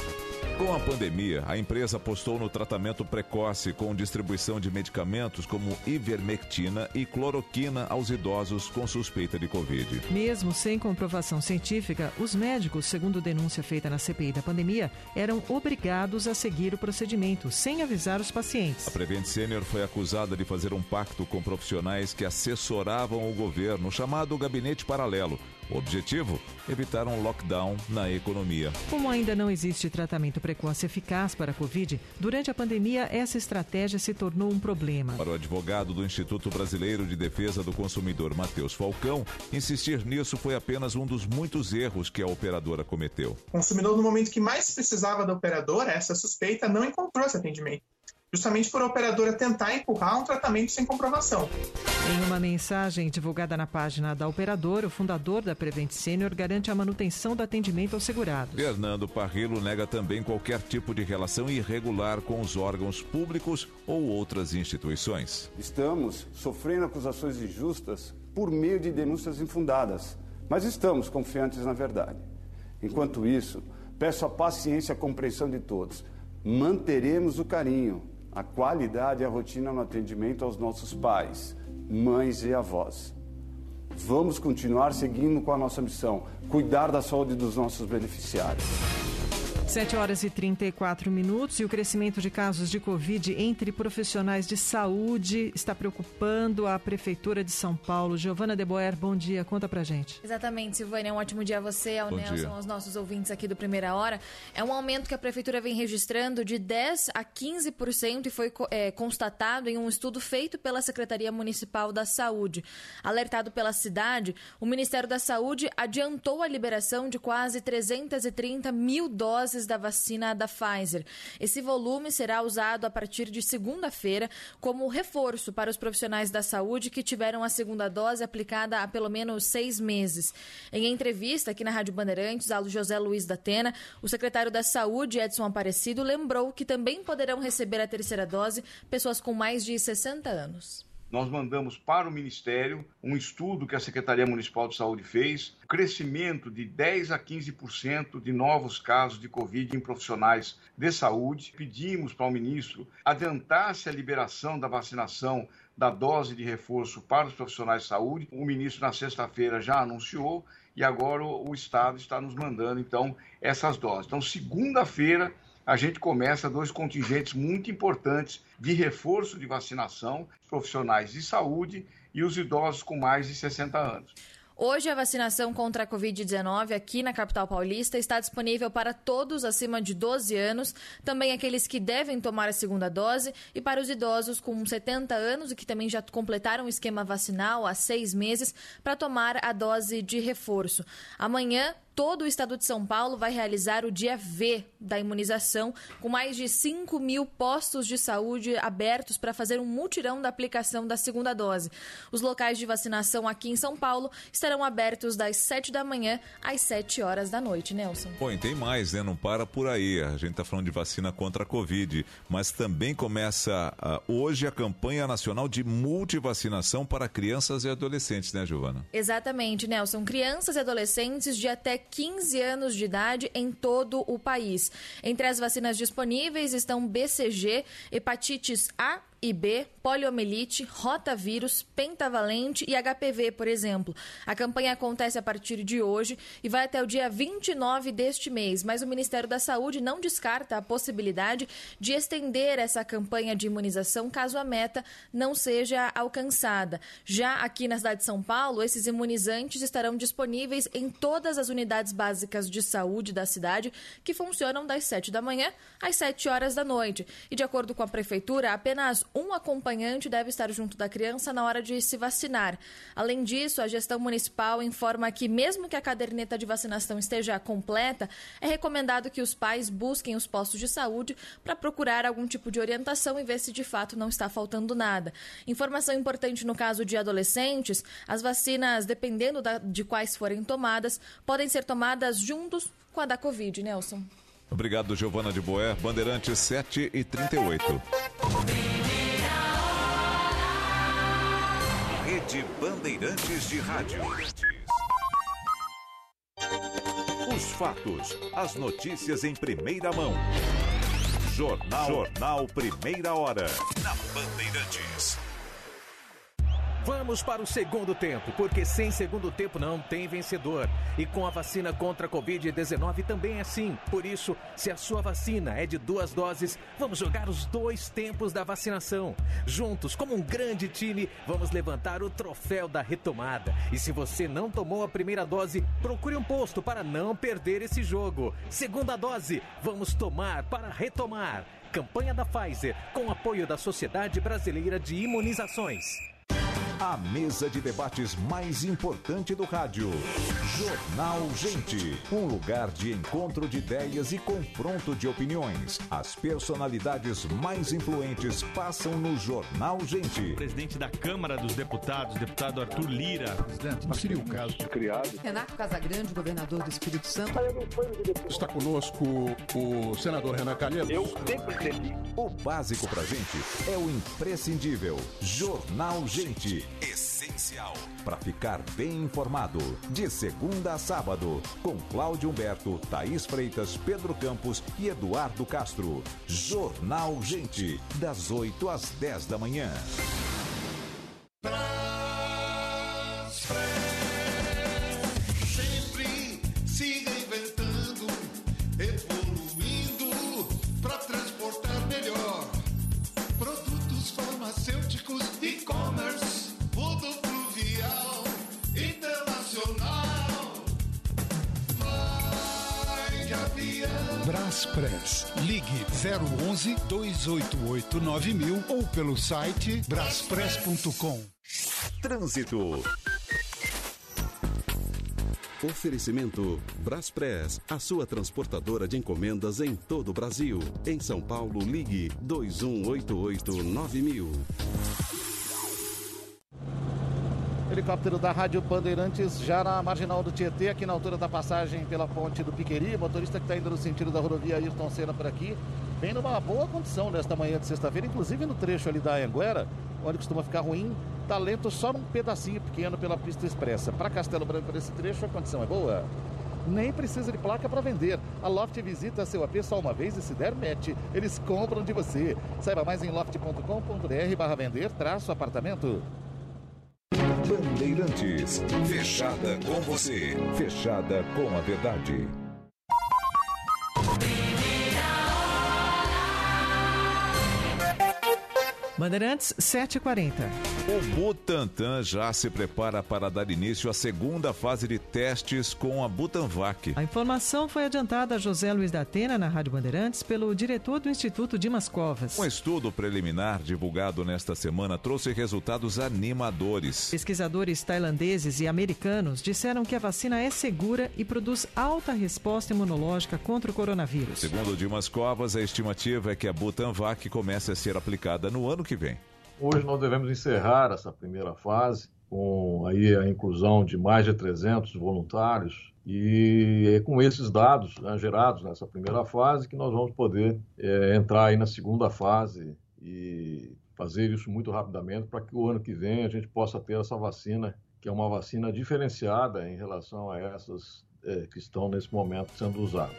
Com a pandemia, a empresa apostou no tratamento precoce com distribuição de medicamentos como ivermectina e cloroquina aos idosos com suspeita de Covid. Mesmo sem comprovação científica, os médicos, segundo denúncia feita na C P I da pandemia, eram obrigados a seguir o procedimento, sem avisar os pacientes. A Prevent Senior foi acusada de fazer um pacto com profissionais que assessoravam o governo, chamado Gabinete Paralelo. O objetivo? Evitar um lockdown na economia. Como ainda não existe tratamento precoce eficaz para a Covid, durante a pandemia essa estratégia se tornou um problema. Para o advogado do Instituto Brasileiro de Defesa do Consumidor, Matheus Falcão, insistir nisso foi apenas um dos muitos erros que a operadora cometeu. O consumidor, no momento que mais precisava da operadora, essa suspeita, não encontrou esse atendimento, justamente por a operadora tentar empurrar um tratamento sem comprovação. Em uma mensagem divulgada na página da operadora, o fundador da Prevent Senior garante a manutenção do atendimento aos segurados. Fernando Parrillo nega também qualquer tipo de relação irregular com os órgãos públicos ou outras instituições. Estamos sofrendo acusações injustas por meio de denúncias infundadas, mas estamos confiantes na verdade. Enquanto isso, peço a paciência e a compreensão de todos. Manteremos o carinho, a qualidade e a rotina no atendimento aos nossos pais, mães e avós. Vamos continuar seguindo com a nossa missão, cuidar da saúde dos nossos beneficiários. sete horas e trinta e quatro minutos e o crescimento de casos de Covid entre profissionais de saúde está preocupando a Prefeitura de São Paulo. Giovana de Boer, bom dia, conta pra gente. Exatamente, Silvânia, um ótimo dia a você, ao Bom Nelson, dia. aos nossos ouvintes aqui do Primeira Hora. É um aumento que a Prefeitura vem registrando de dez a quinze por cento e foi é, constatado em um estudo feito pela Secretaria Municipal da Saúde. Alertado pela cidade, o Ministério da Saúde adiantou a liberação de quase trezentas e trinta mil doses da vacina da Pfizer. Esse volume será usado a partir de segunda-feira como reforço para os profissionais da saúde que tiveram a segunda dose aplicada há pelo menos seis meses. Em entrevista aqui na Rádio Bandeirantes, ao José Luiz da Atena, o secretário da Saúde, Edson Aparecido, lembrou que também poderão receber a terceira dose pessoas com mais de sessenta anos. Nós mandamos para o Ministério um estudo que a Secretaria Municipal de Saúde fez, crescimento de dez a quinze por cento de novos casos de Covid em profissionais de saúde. Pedimos para o ministro adiantasse a liberação da vacinação da dose de reforço para os profissionais de saúde. O ministro, na sexta-feira, já anunciou e agora o Estado está nos mandando, então, essas doses. Então, segunda-feira, a gente começa dois contingentes muito importantes de reforço de vacinação, profissionais de saúde e os idosos com mais de sessenta anos. Hoje, a vacinação contra a covid dezenove aqui na capital paulista está disponível para todos acima de doze anos, também aqueles que devem tomar a segunda dose e para os idosos com setenta anos e que também já completaram o esquema vacinal há seis meses para tomar a dose de reforço. Amanhã, todo o estado de São Paulo vai realizar o dia V da imunização, com mais de cinco mil postos de saúde abertos para fazer um mutirão da aplicação da segunda dose. Os locais de vacinação aqui em São Paulo estarão abertos das sete da manhã às sete horas da noite, Nelson. Bom, e tem mais, né? Não para por aí. A gente está falando de vacina contra a Covid, mas também começa uh, hoje a campanha nacional de multivacinação para crianças e adolescentes, né, Giovana? Exatamente, Nelson. Crianças e adolescentes de até quinze anos de idade em todo o país. Entre as vacinas disponíveis estão B C G, hepatites A e B, poliomielite, rotavírus, pentavalente e H P V, por exemplo. A campanha acontece a partir de hoje e vai até o dia vinte e nove deste mês, mas o Ministério da Saúde não descarta a possibilidade de estender essa campanha de imunização caso a meta não seja alcançada. Já aqui na cidade de São Paulo, esses imunizantes estarão disponíveis em todas as unidades básicas de saúde da cidade, que funcionam das sete da manhã às sete horas da noite. E de acordo com a Prefeitura, apenas um acompanhante deve estar junto da criança na hora de se vacinar. Além disso, a gestão municipal informa que, mesmo que a caderneta de vacinação esteja completa, é recomendado que os pais busquem os postos de saúde para procurar algum tipo de orientação e ver se de fato não está faltando nada. Informação importante no caso de adolescentes: as vacinas, dependendo da, de quais forem tomadas, podem ser tomadas juntos com a da Covid, Nelson. Obrigado, Giovana de Boer. Bandeirantes sete e trinta e oito. Rede Bandeirantes de Rádio. Os fatos, as notícias em primeira mão. Jornal, Jornal Primeira Hora. Na Bandeirantes. Vamos para o segundo tempo, porque sem segundo tempo não tem vencedor. E com a vacina contra a covid dezenove também é assim. Por isso, se a sua vacina é de duas doses, vamos jogar os dois tempos da vacinação. Juntos, como um grande time, vamos levantar o troféu da retomada. E se você não tomou a primeira dose, procure um posto para não perder esse jogo. Segunda dose, vamos tomar para retomar. Campanha da Pfizer, com apoio da Sociedade Brasileira de Imunizações. A mesa de debates mais importante do rádio. Jornal Gente. Um lugar de encontro de ideias e confronto de opiniões. As personalidades mais influentes passam no Jornal Gente. O presidente da Câmara dos Deputados, deputado Arthur Lira. Presidente, não seria o caso de criado. Renato Casagrande, governador do Espírito Santo. Está conosco o senador Renan Calheiros. Eu sempre entendi. O básico pra gente é o imprescindível. Jornal Gente. Essencial para ficar bem informado. De segunda a sábado, com Cláudio Humberto, Thaís Freitas, Pedro Campos e Eduardo Castro. Jornal Gente, das oito às dez da manhã. Sempre se reinventando, evoluindo. Braspress. Ligue zero onze, dois oito oito, nove mil ou pelo site braspress ponto com. Trânsito. Oferecimento Braspress, a sua transportadora de encomendas em todo o Brasil. Em São Paulo, ligue dois um oito oito, nove mil. Helicóptero da Rádio Bandeirantes já na marginal do Tietê, aqui na altura da passagem pela ponte do Piqueri. Motorista que está indo no sentido da rodovia Ayrton Senna por aqui, vem numa boa condição nesta manhã de sexta-feira, inclusive no trecho ali da Anhanguera, onde costuma ficar ruim, tá lento só num pedacinho pequeno pela pista expressa. Para Castelo Branco, nesse trecho, a condição é boa. Nem precisa de placa para vender. A Loft visita seu A P só uma vez e se der match, eles compram de você. Saiba mais em loft ponto com ponto br barra vender traço apartamento. Bandeirantes, fechada com você, fechada com a verdade. Bandeirantes, sete e quarenta. O Butantan já se prepara para dar início à segunda fase de testes com a Butanvac. A informação foi adiantada a José Luiz da Atena, na Rádio Bandeirantes, pelo diretor do Instituto Dimas Covas. Um estudo preliminar divulgado nesta semana trouxe resultados animadores. Pesquisadores tailandeses e americanos disseram que a vacina é segura e produz alta resposta imunológica contra o coronavírus. Segundo Dimas Covas, a estimativa é que a Butanvac comece a ser aplicada no ano que vem. Hoje nós devemos encerrar essa primeira fase com aí a inclusão de mais de trezentos voluntários e é com esses dados, né, gerados nessa primeira fase que nós vamos poder é, entrar aí na segunda fase e fazer isso muito rapidamente para que o ano que vem a gente possa ter essa vacina, que é uma vacina diferenciada em relação a essas é, que estão nesse momento sendo usadas.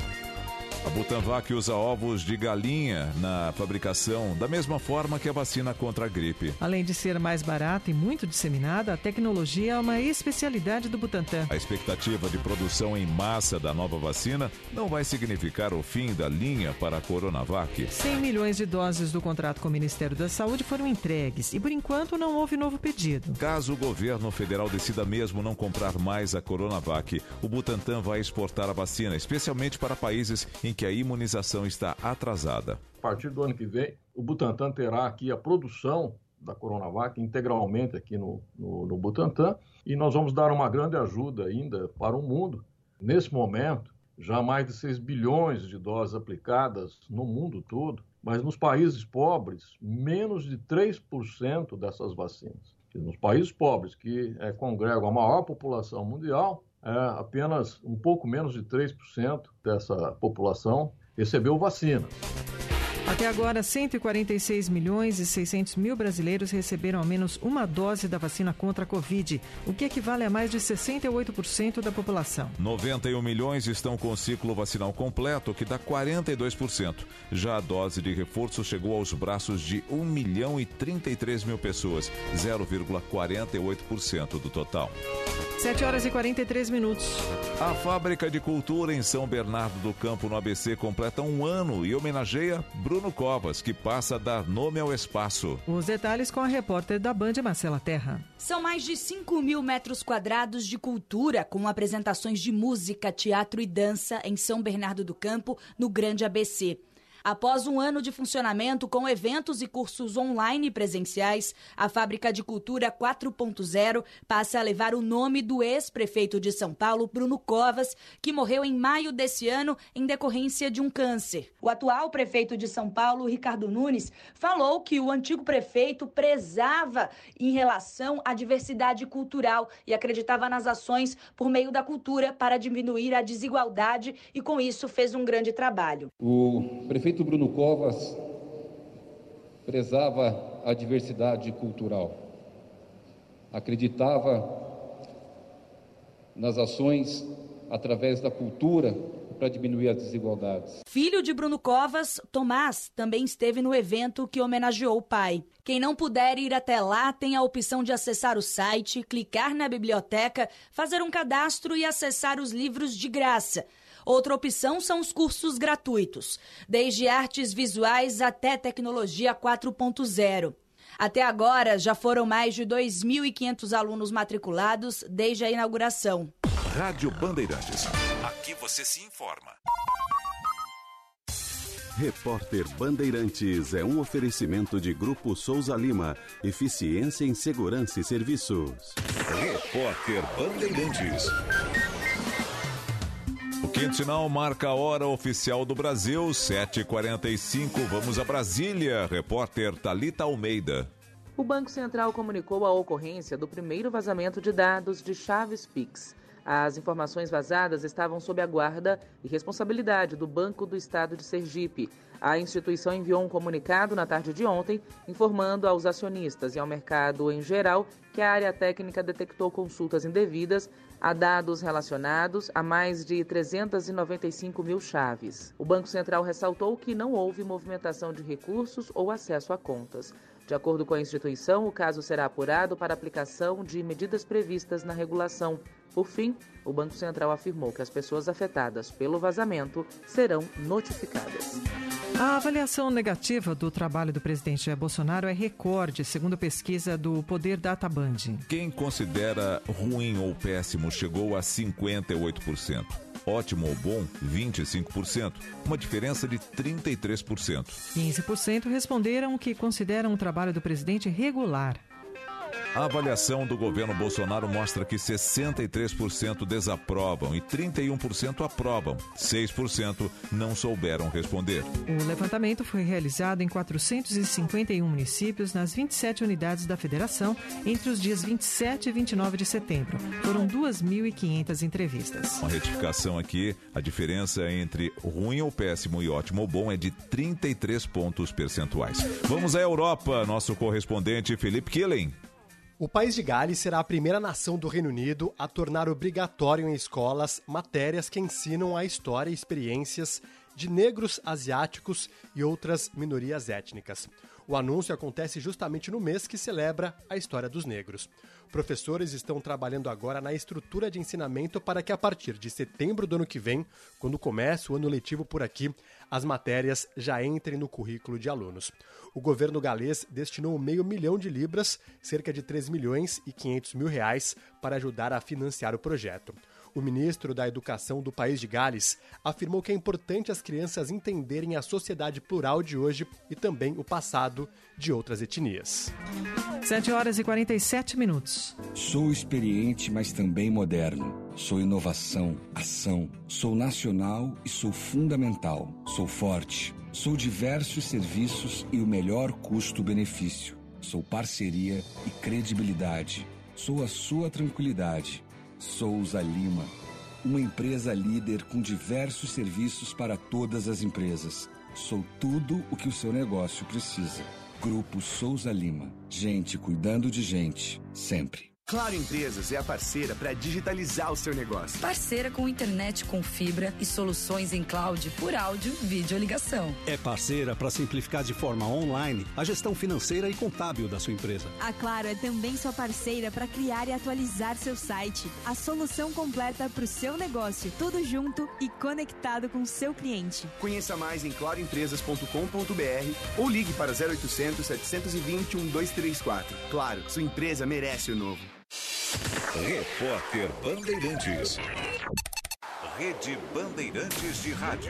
A Butanvac usa ovos de galinha na fabricação, da mesma forma que a vacina contra a gripe. Além de ser mais barata e muito disseminada, a tecnologia é uma especialidade do Butantan. A expectativa de produção em massa da nova vacina não vai significar o fim da linha para a Coronavac. cem milhões de doses do contrato com o Ministério da Saúde foram entregues e, por enquanto, não houve novo pedido. Caso o governo federal decida mesmo não comprar mais a Coronavac, o Butantan vai exportar a vacina, especialmente para países em que a imunização está atrasada. A partir do ano que vem, o Butantan terá aqui a produção da Coronavac integralmente aqui no, no, no Butantan e nós vamos dar uma grande ajuda ainda para o mundo. Nesse momento, já mais de seis bilhões de doses aplicadas no mundo todo, mas nos países pobres, menos de três por cento dessas vacinas. Nos países pobres, que é, congregam a maior população mundial, É, apenas um pouco menos de três por cento dessa população recebeu vacina. Até agora, cento e quarenta e seis milhões e seiscentos mil brasileiros receberam ao menos uma dose da vacina contra a Covid, o que equivale a mais de sessenta e oito por cento da população. noventa e um milhões estão com o ciclo vacinal completo, que dá quarenta e dois por cento. Já a dose de reforço chegou aos braços de um milhão e trinta e três mil pessoas, zero vírgula quarenta e oito por cento do total. sete horas e quarenta e três minutos. A Fábrica de Cultura em São Bernardo do Campo, no A B C, completa um ano e homenageia Bruno Covas, que passa a dar nome ao espaço. Os detalhes com a repórter da Band, Marcela Terra. São mais de cinco mil metros quadrados de cultura, com apresentações de música, teatro e dança em São Bernardo do Campo, no Grande A B C. Após um ano de funcionamento com eventos e cursos online e presenciais, a Fábrica de Cultura quatro ponto zero passa a levar o nome do ex-prefeito de São Paulo, Bruno Covas, que morreu em maio desse ano em decorrência de um câncer. O atual prefeito de São Paulo, Ricardo Nunes, falou que o antigo prefeito prezava em relação à diversidade cultural e acreditava nas ações por meio da cultura para diminuir a desigualdade e, com isso, fez um grande trabalho. O prefeito Bruno Covas prezava a diversidade cultural, acreditava nas ações através da cultura para diminuir as desigualdades. Filho de Bruno Covas, Tomás, também esteve no evento que homenageou o pai. Quem não puder ir até lá tem a opção de acessar o site, clicar na biblioteca, fazer um cadastro e acessar os livros de graça. Outra opção são os cursos gratuitos, desde artes visuais até tecnologia quatro ponto zero. Até agora, já foram mais de dois mil e quinhentos alunos matriculados desde a inauguração. Rádio Bandeirantes. Aqui você se informa. Repórter Bandeirantes é um oferecimento de Grupo Souza Lima. Eficiência em Segurança e Serviços. Repórter Bandeirantes. O quinto sinal marca a hora oficial do Brasil, sete e quarenta e cinco. Vamos a Brasília. Repórter Thalita Almeida. O Banco Central comunicou a ocorrência do primeiro vazamento de dados de chaves Pix. As informações vazadas estavam sob a guarda e responsabilidade do Banco do Estado de Sergipe. A instituição enviou um comunicado na tarde de ontem, informando aos acionistas e ao mercado em geral que a área técnica detectou consultas indevidas a dados relacionados a mais de trezentas e noventa e cinco mil chaves. O Banco Central ressaltou que não houve movimentação de recursos ou acesso a contas. De acordo com a instituição, o caso será apurado para aplicação de medidas previstas na regulação. Por fim, o Banco Central afirmou que as pessoas afetadas pelo vazamento serão notificadas. A avaliação negativa do trabalho do presidente Jair Bolsonaro é recorde, segundo pesquisa do Poder Databand. Quem considera ruim ou péssimo chegou a cinquenta e oito por cento. Ótimo ou bom, vinte e cinco por cento. Uma diferença de trinta e três por cento. quinze por cento responderam que consideram o trabalho do presidente regular. A avaliação do governo Bolsonaro mostra que sessenta e três por cento desaprovam e trinta e um por cento aprovam. seis por cento não souberam responder. O levantamento foi realizado em quatrocentos e cinquenta e um municípios nas vinte e sete unidades da federação entre os dias vinte e sete e vinte e nove de setembro. Foram duas mil e quinhentas entrevistas. Uma retificação aqui, a diferença entre ruim ou péssimo e ótimo ou bom é de trinta e três pontos percentuais. Vamos à Europa, nosso correspondente Felipe Killing. O país de Gales será a primeira nação do Reino Unido a tornar obrigatório em escolas matérias que ensinam a história e experiências de negros, asiáticos e outras minorias étnicas. O anúncio acontece justamente no mês que celebra a história dos negros. Professores estão trabalhando agora na estrutura de ensinamento para que a partir de setembro do ano que vem, quando começa o ano letivo por aqui, as matérias já entrem no currículo de alunos. O governo galês destinou meio milhão de libras, cerca de três milhões e quinhentos mil reais, para ajudar a financiar o projeto. O ministro da Educação do país de Gales afirmou que é importante as crianças entenderem a sociedade plural de hoje e também o passado de outras etnias. sete horas e quarenta e sete minutos. Sou experiente, mas também moderno. Sou inovação, ação. Sou nacional e sou fundamental. Sou forte. Sou diversos serviços e o melhor custo-benefício. Sou parceria e credibilidade. Sou a sua tranquilidade. Souza Lima, uma empresa líder com diversos serviços para todas as empresas. Sou tudo o que o seu negócio precisa. Grupo Souza Lima. Gente cuidando de gente, sempre. Claro Empresas é a parceira para digitalizar o seu negócio. Parceira com internet com fibra e soluções em cloud por áudio, vídeo ligação. É parceira para simplificar de forma online a gestão financeira e contábil da sua empresa. A Claro é também sua parceira para criar e atualizar seu site. A solução completa para o seu negócio, tudo junto e conectado com o seu cliente. Conheça mais em claro empresas ponto com ponto b r ou ligue para zero oitocentos, setecentos e vinte, doze trinta e quatro. Claro, sua empresa merece o novo. Repórter Bandeirantes. Rede Bandeirantes de Rádio.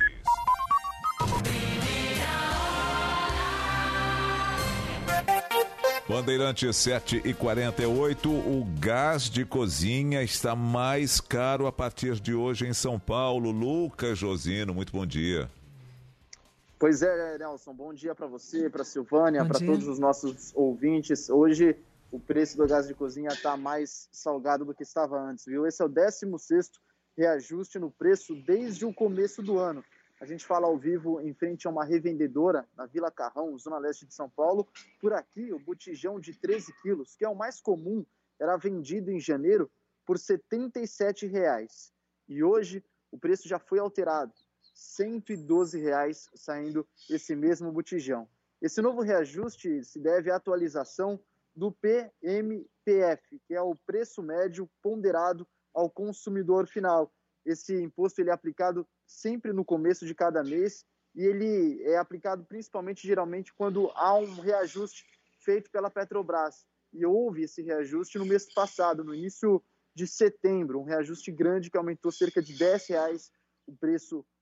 Bandeirantes sete e quarenta e oito, o gás de cozinha está mais caro a partir de hoje em São Paulo. Lucas Josino, muito bom dia. Pois é, Nelson, bom dia para você, para a Silvânia, para todos os nossos ouvintes. Hoje o preço do gás de cozinha está mais salgado do que estava antes, viu? Esse é o décimo sexto reajuste no preço desde o começo do ano. A gente fala ao vivo em frente a uma revendedora na Vila Carrão, zona leste de São Paulo. Por aqui, o botijão de treze quilos, que é o mais comum, era vendido em janeiro por setenta e sete reais. E hoje o preço já foi alterado, cento e doze reais saindo esse mesmo botijão. Esse novo reajuste se deve à atualização do P M P F, que é o preço médio ponderado ao consumidor final. Esse imposto ele é aplicado sempre no começo de cada mês e ele é aplicado principalmente, geralmente, quando há um reajuste feito pela Petrobras. E houve esse reajuste no mês passado, no início de setembro, um reajuste grande que aumentou cerca de dez reais o preço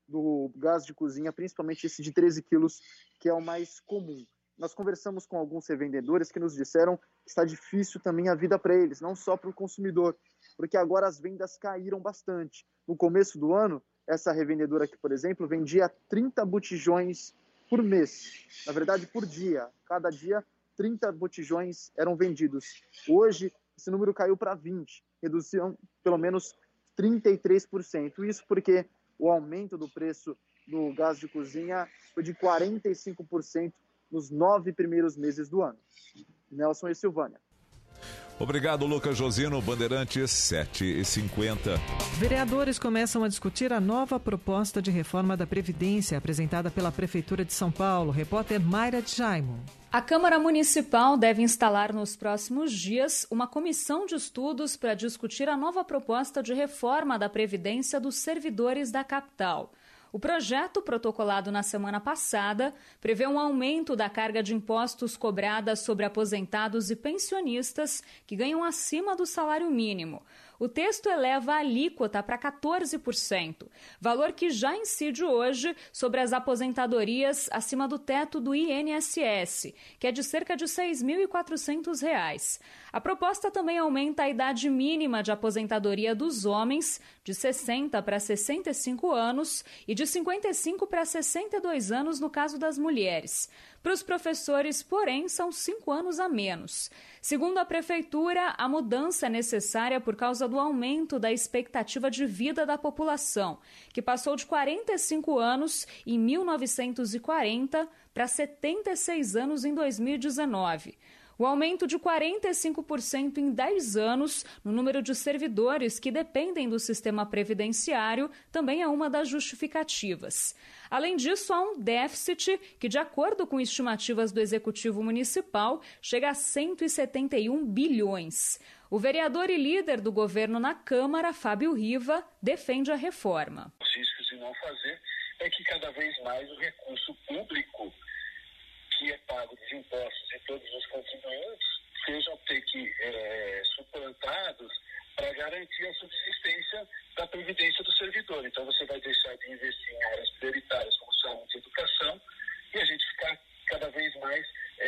do gás de cozinha, principalmente esse de treze quilos, que é o mais comum. Nós conversamos com alguns revendedores que nos disseram que está difícil também a vida para eles, não só para o consumidor, porque agora as vendas caíram bastante. No começo do ano, essa revendedora aqui, por exemplo, vendia trinta botijões por mês, na verdade por dia. Cada dia, trinta botijões eram vendidos. Hoje, esse número caiu para vinte, reduziram pelo menos trinta e três por cento. Isso porque o aumento do preço do gás de cozinha foi de quarenta e cinco por cento nos nove primeiros meses do ano. Nelson e Silvânia. Obrigado, Lucas Josino, Bandeirantes sete e cinquenta. Vereadores começam a discutir a nova proposta de reforma da Previdência apresentada pela Prefeitura de São Paulo. Repórter Mayra de Jaimo. A Câmara Municipal deve instalar nos próximos dias uma comissão de estudos para discutir a nova proposta de reforma da Previdência dos servidores da capital. O projeto, protocolado na semana passada, prevê um aumento da carga de impostos cobrada sobre aposentados e pensionistas que ganham acima do salário mínimo. O texto eleva a alíquota para quatorze por cento, valor que já incide hoje sobre as aposentadorias acima do teto do I N S S, que é de cerca de seis mil e quatrocentos reais. A proposta também aumenta a idade mínima de aposentadoria dos homens de sessenta para sessenta e cinco anos e de cinquenta e cinco para sessenta e dois anos no caso das mulheres. Para os professores, porém, são cinco anos a menos. Segundo a Prefeitura, a mudança é necessária por causa do aumento da expectativa de vida da população, que passou de quarenta e cinco anos em mil novecentos e quarenta para setenta e seis anos em dois mil e dezenove. O aumento de quarenta e cinco por cento em dez anos no número de servidores que dependem do sistema previdenciário também é uma das justificativas. Além disso, há um déficit que, de acordo com estimativas do Executivo Municipal, chega a cento e setenta e um bilhões. O vereador e líder do governo na Câmara, Fábio Riva, defende a reforma. O risco de não fazer é que cada vez mais o recurso público que é pago dos impostos de todos os contribuintes sejam ter que é, suplantados para garantir a subsistência da previdência do servidor. Então você vai deixar de investir em áreas prioritárias como saúde e educação e a gente ficar cada vez mais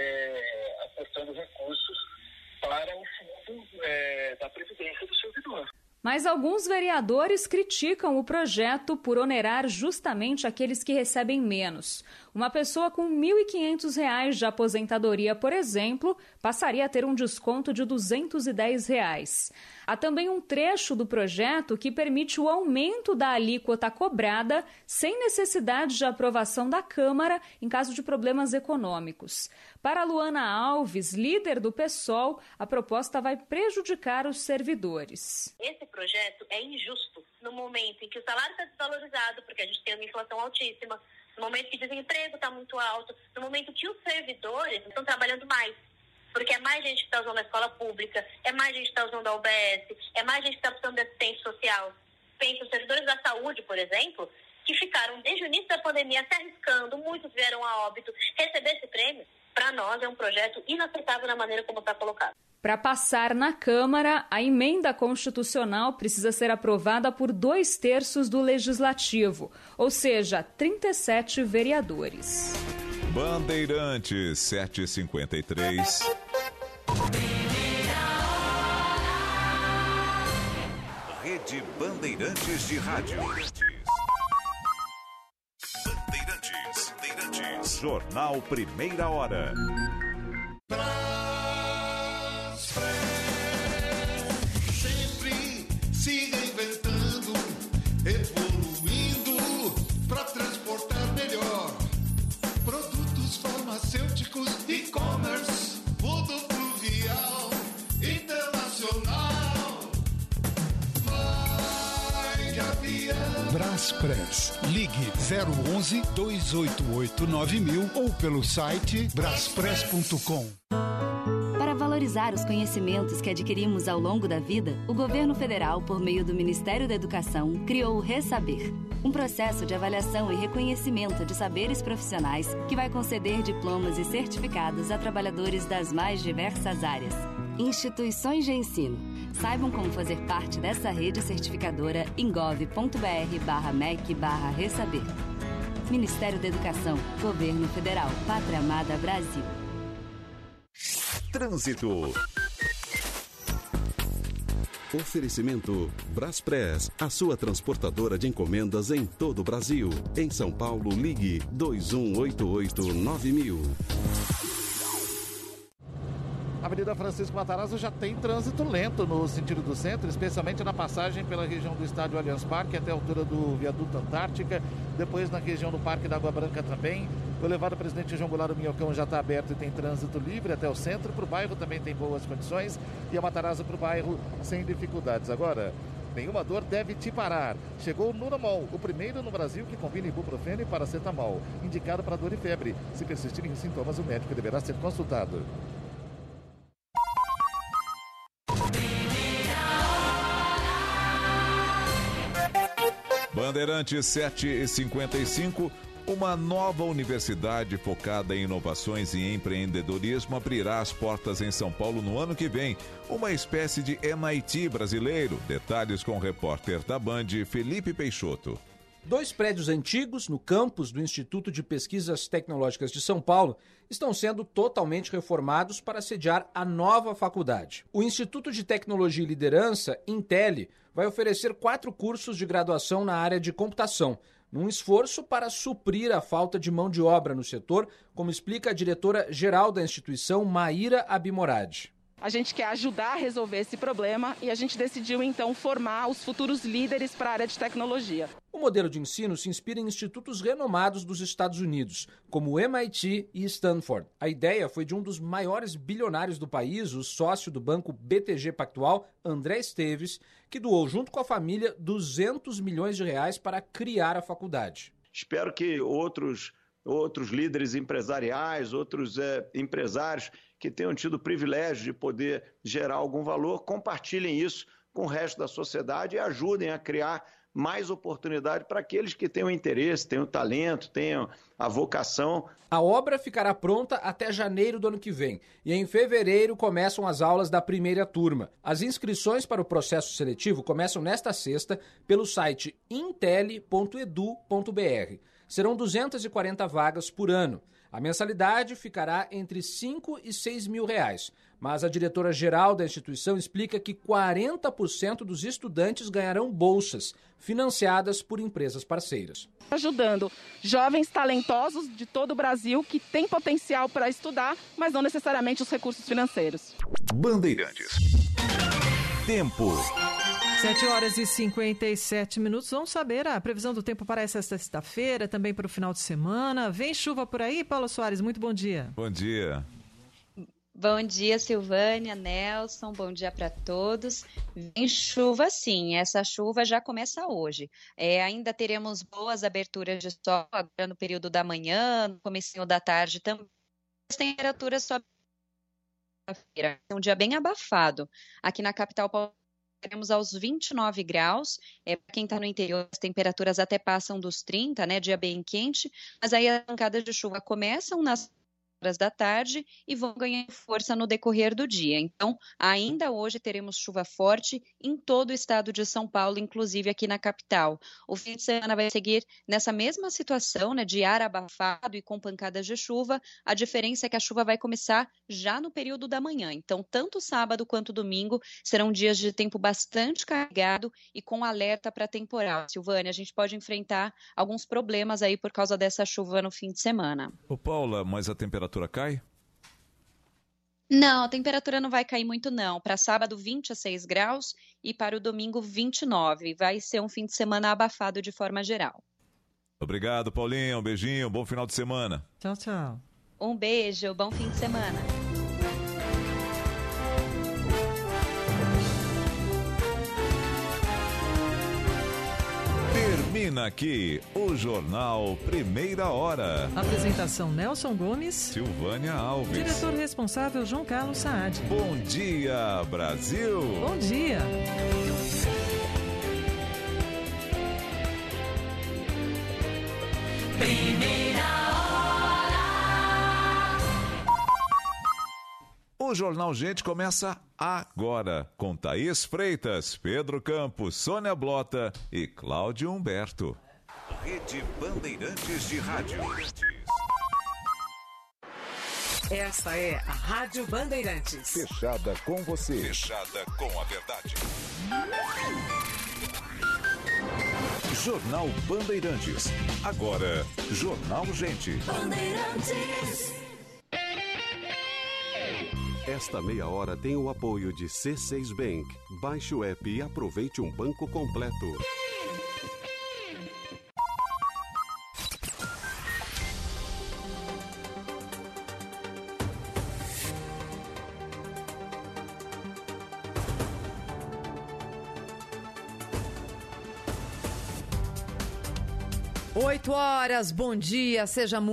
é, aportando recursos para o fundo é, da previdência do servidor. Mas alguns vereadores criticam o projeto por onerar justamente aqueles que recebem menos. Uma pessoa com mil e quinhentos reais de aposentadoria, por exemplo, passaria a ter um desconto de duzentos e dez reais. Há também um trecho do projeto que permite o aumento da alíquota cobrada sem necessidade de aprovação da Câmara em caso de problemas econômicos. Para Luana Alves, líder do PSOL, a proposta vai prejudicar os servidores. Esse projeto é injusto no momento em que o salário está desvalorizado, porque a gente tem uma inflação altíssima, no momento que o desemprego está muito alto, no momento que os servidores estão trabalhando mais. Porque é mais gente que está usando a escola pública, é mais gente que está usando a U B S, é mais gente que está precisando de assistência social. Pensa os servidores da saúde, por exemplo, que ficaram desde o início da pandemia se arriscando, muitos vieram a óbito. Receber esse prêmio, para nós, é um projeto inaceitável na maneira como está colocado. Para passar na Câmara, a emenda constitucional precisa ser aprovada por dois terços do Legislativo, ou seja, trinta e sete vereadores. Bandeirantes sete e cinquenta e três. Rede Bandeirantes de Rádio. Bandeirantes, Bandeirantes. Jornal Primeira Hora. Sempre se reinventando, evoluindo para transportar melhor. Produtos farmacêuticos, e-commerce, rodoviário, internacional. Vai de avião. Braspress. Ligue zero onze, dois oito oito, nove mil ou pelo site braspress ponto com. Para valorizar os conhecimentos que adquirimos ao longo da vida, o governo federal, por meio do Ministério da Educação, criou o Resaber, um processo de avaliação e reconhecimento de saberes profissionais que vai conceder diplomas e certificados a trabalhadores das mais diversas áreas. Instituições de ensino. Saibam como fazer parte dessa rede certificadora em gov.br barra mec barra ressaber. Ministério da Educação, Governo Federal, Pátria Amada Brasil. Trânsito. Oferecimento Braspress, a sua transportadora de encomendas em todo o Brasil. Em São Paulo, ligue dois um oito oito nove mil. A Avenida Francisco Matarazzo já tem trânsito lento no sentido do centro, especialmente na passagem pela região do estádio Allianz Parque até a altura do viaduto Antártica, depois na região do Parque da Água Branca também. O elevado Presidente João Goulart do Minhocão já está aberto e tem trânsito livre até o centro. Para o bairro também tem boas condições e a Matarazzo para o bairro sem dificuldades. Agora, nenhuma dor deve te parar. Chegou o Nuramol, o primeiro no Brasil que combina ibuprofeno e paracetamol, indicado para dor e febre. Se persistirem sintomas, o médico deverá ser consultado. Bandeirantes sete e cinquenta e cinco. Uma nova universidade focada em inovações e empreendedorismo abrirá as portas em São Paulo no ano que vem. Uma espécie de M I T brasileiro. Detalhes com o repórter da Band, Felipe Peixoto. Dois prédios antigos no campus do Instituto de Pesquisas Tecnológicas de São Paulo estão sendo totalmente reformados para sediar a nova faculdade. O Instituto de Tecnologia e Liderança, Intelli, vai oferecer quatro cursos de graduação na área de computação, num esforço para suprir a falta de mão de obra no setor, como explica a diretora-geral da instituição, Maíra Abimorad. A gente quer ajudar a resolver esse problema e a gente decidiu, então, formar os futuros líderes para a área de tecnologia. O modelo de ensino se inspira em institutos renomados dos Estados Unidos, como o M I T e Stanford. A ideia foi de um dos maiores bilionários do país, o sócio do banco B T G Pactual, André Esteves, que doou junto com a família duzentos milhões de reais para criar a faculdade. Espero que outros, outros líderes empresariais, outros é, empresários que tenham tido o privilégio de poder gerar algum valor, compartilhem isso com o resto da sociedade e ajudem a criar mais oportunidade para aqueles que tenham interesse, tenham talento, tenham a vocação. A obra ficará pronta até janeiro do ano que vem e em fevereiro começam as aulas da primeira turma. As inscrições para o processo seletivo começam nesta sexta pelo site intelli ponto edu ponto br. Serão duzentas e quarenta vagas por ano. A mensalidade ficará entre cinco e seis mil reais, mas a diretora-geral da instituição explica que quarenta por cento dos estudantes ganharão bolsas, financiadas por empresas parceiras. Ajudando jovens talentosos de todo o Brasil que têm potencial para estudar, mas não necessariamente os recursos financeiros. Bandeirantes. Tempo. sete horas e cinquenta e sete minutos. Vamos saber a previsão do tempo para essa sexta-feira, também para o final de semana. Vem chuva por aí, Paulo Soares? Muito bom dia. Bom dia. Bom dia, Silvânia, Nelson, bom dia para todos. Vem chuva sim, essa chuva já começa hoje. É, ainda teremos boas aberturas de sol no período da manhã, no comecinho da tarde também. As temperaturas sobem. É um dia bem abafado. Aqui na capital paulista, teremos aos vinte e nove graus, é, para quem está no interior as temperaturas até passam dos trinta, né, dia bem quente, mas aí as pancadas de chuva começam nas horas da tarde e vão ganhar força no decorrer do dia. Então, ainda hoje teremos chuva forte em todo o estado de São Paulo, inclusive aqui na capital. O fim de semana vai seguir nessa mesma situação, né, de ar abafado e com pancadas de chuva. A diferença é que a chuva vai começar já no período da manhã. Então, tanto sábado quanto domingo serão dias de tempo bastante carregado e com alerta para temporal. Silvânia, a gente pode enfrentar alguns problemas aí por causa dessa chuva no fim de semana. Ô Paula, mas a temperatura cai? Não, a temperatura não vai cair muito não. Para sábado, vinte e seis graus e para o domingo, vinte e nove. Vai ser um fim de semana abafado de forma geral. Obrigado, Paulinho. Um beijinho. Bom final de semana. Tchau, tchau. Um beijo. Bom fim de semana. Termina aqui o Jornal Primeira Hora. Apresentação Nelson Gomes. Silvânia Alves. Diretor responsável João Carlos Saad. Bom dia, Brasil. Bom dia. Primeira Hora. O O Jornal Gente começa agora com Thaís Freitas, Pedro Campos, Sônia Blota e Cláudio Humberto. Rede Bandeirantes de Rádio. Esta é a Rádio Bandeirantes. Fechada com você. Fechada com a verdade. Jornal Bandeirantes. Agora, Jornal Gente. Bandeirantes. Esta meia hora tem o apoio de C seis Bank. Baixe o app e aproveite um banco completo. Oito horas, bom dia, seja muito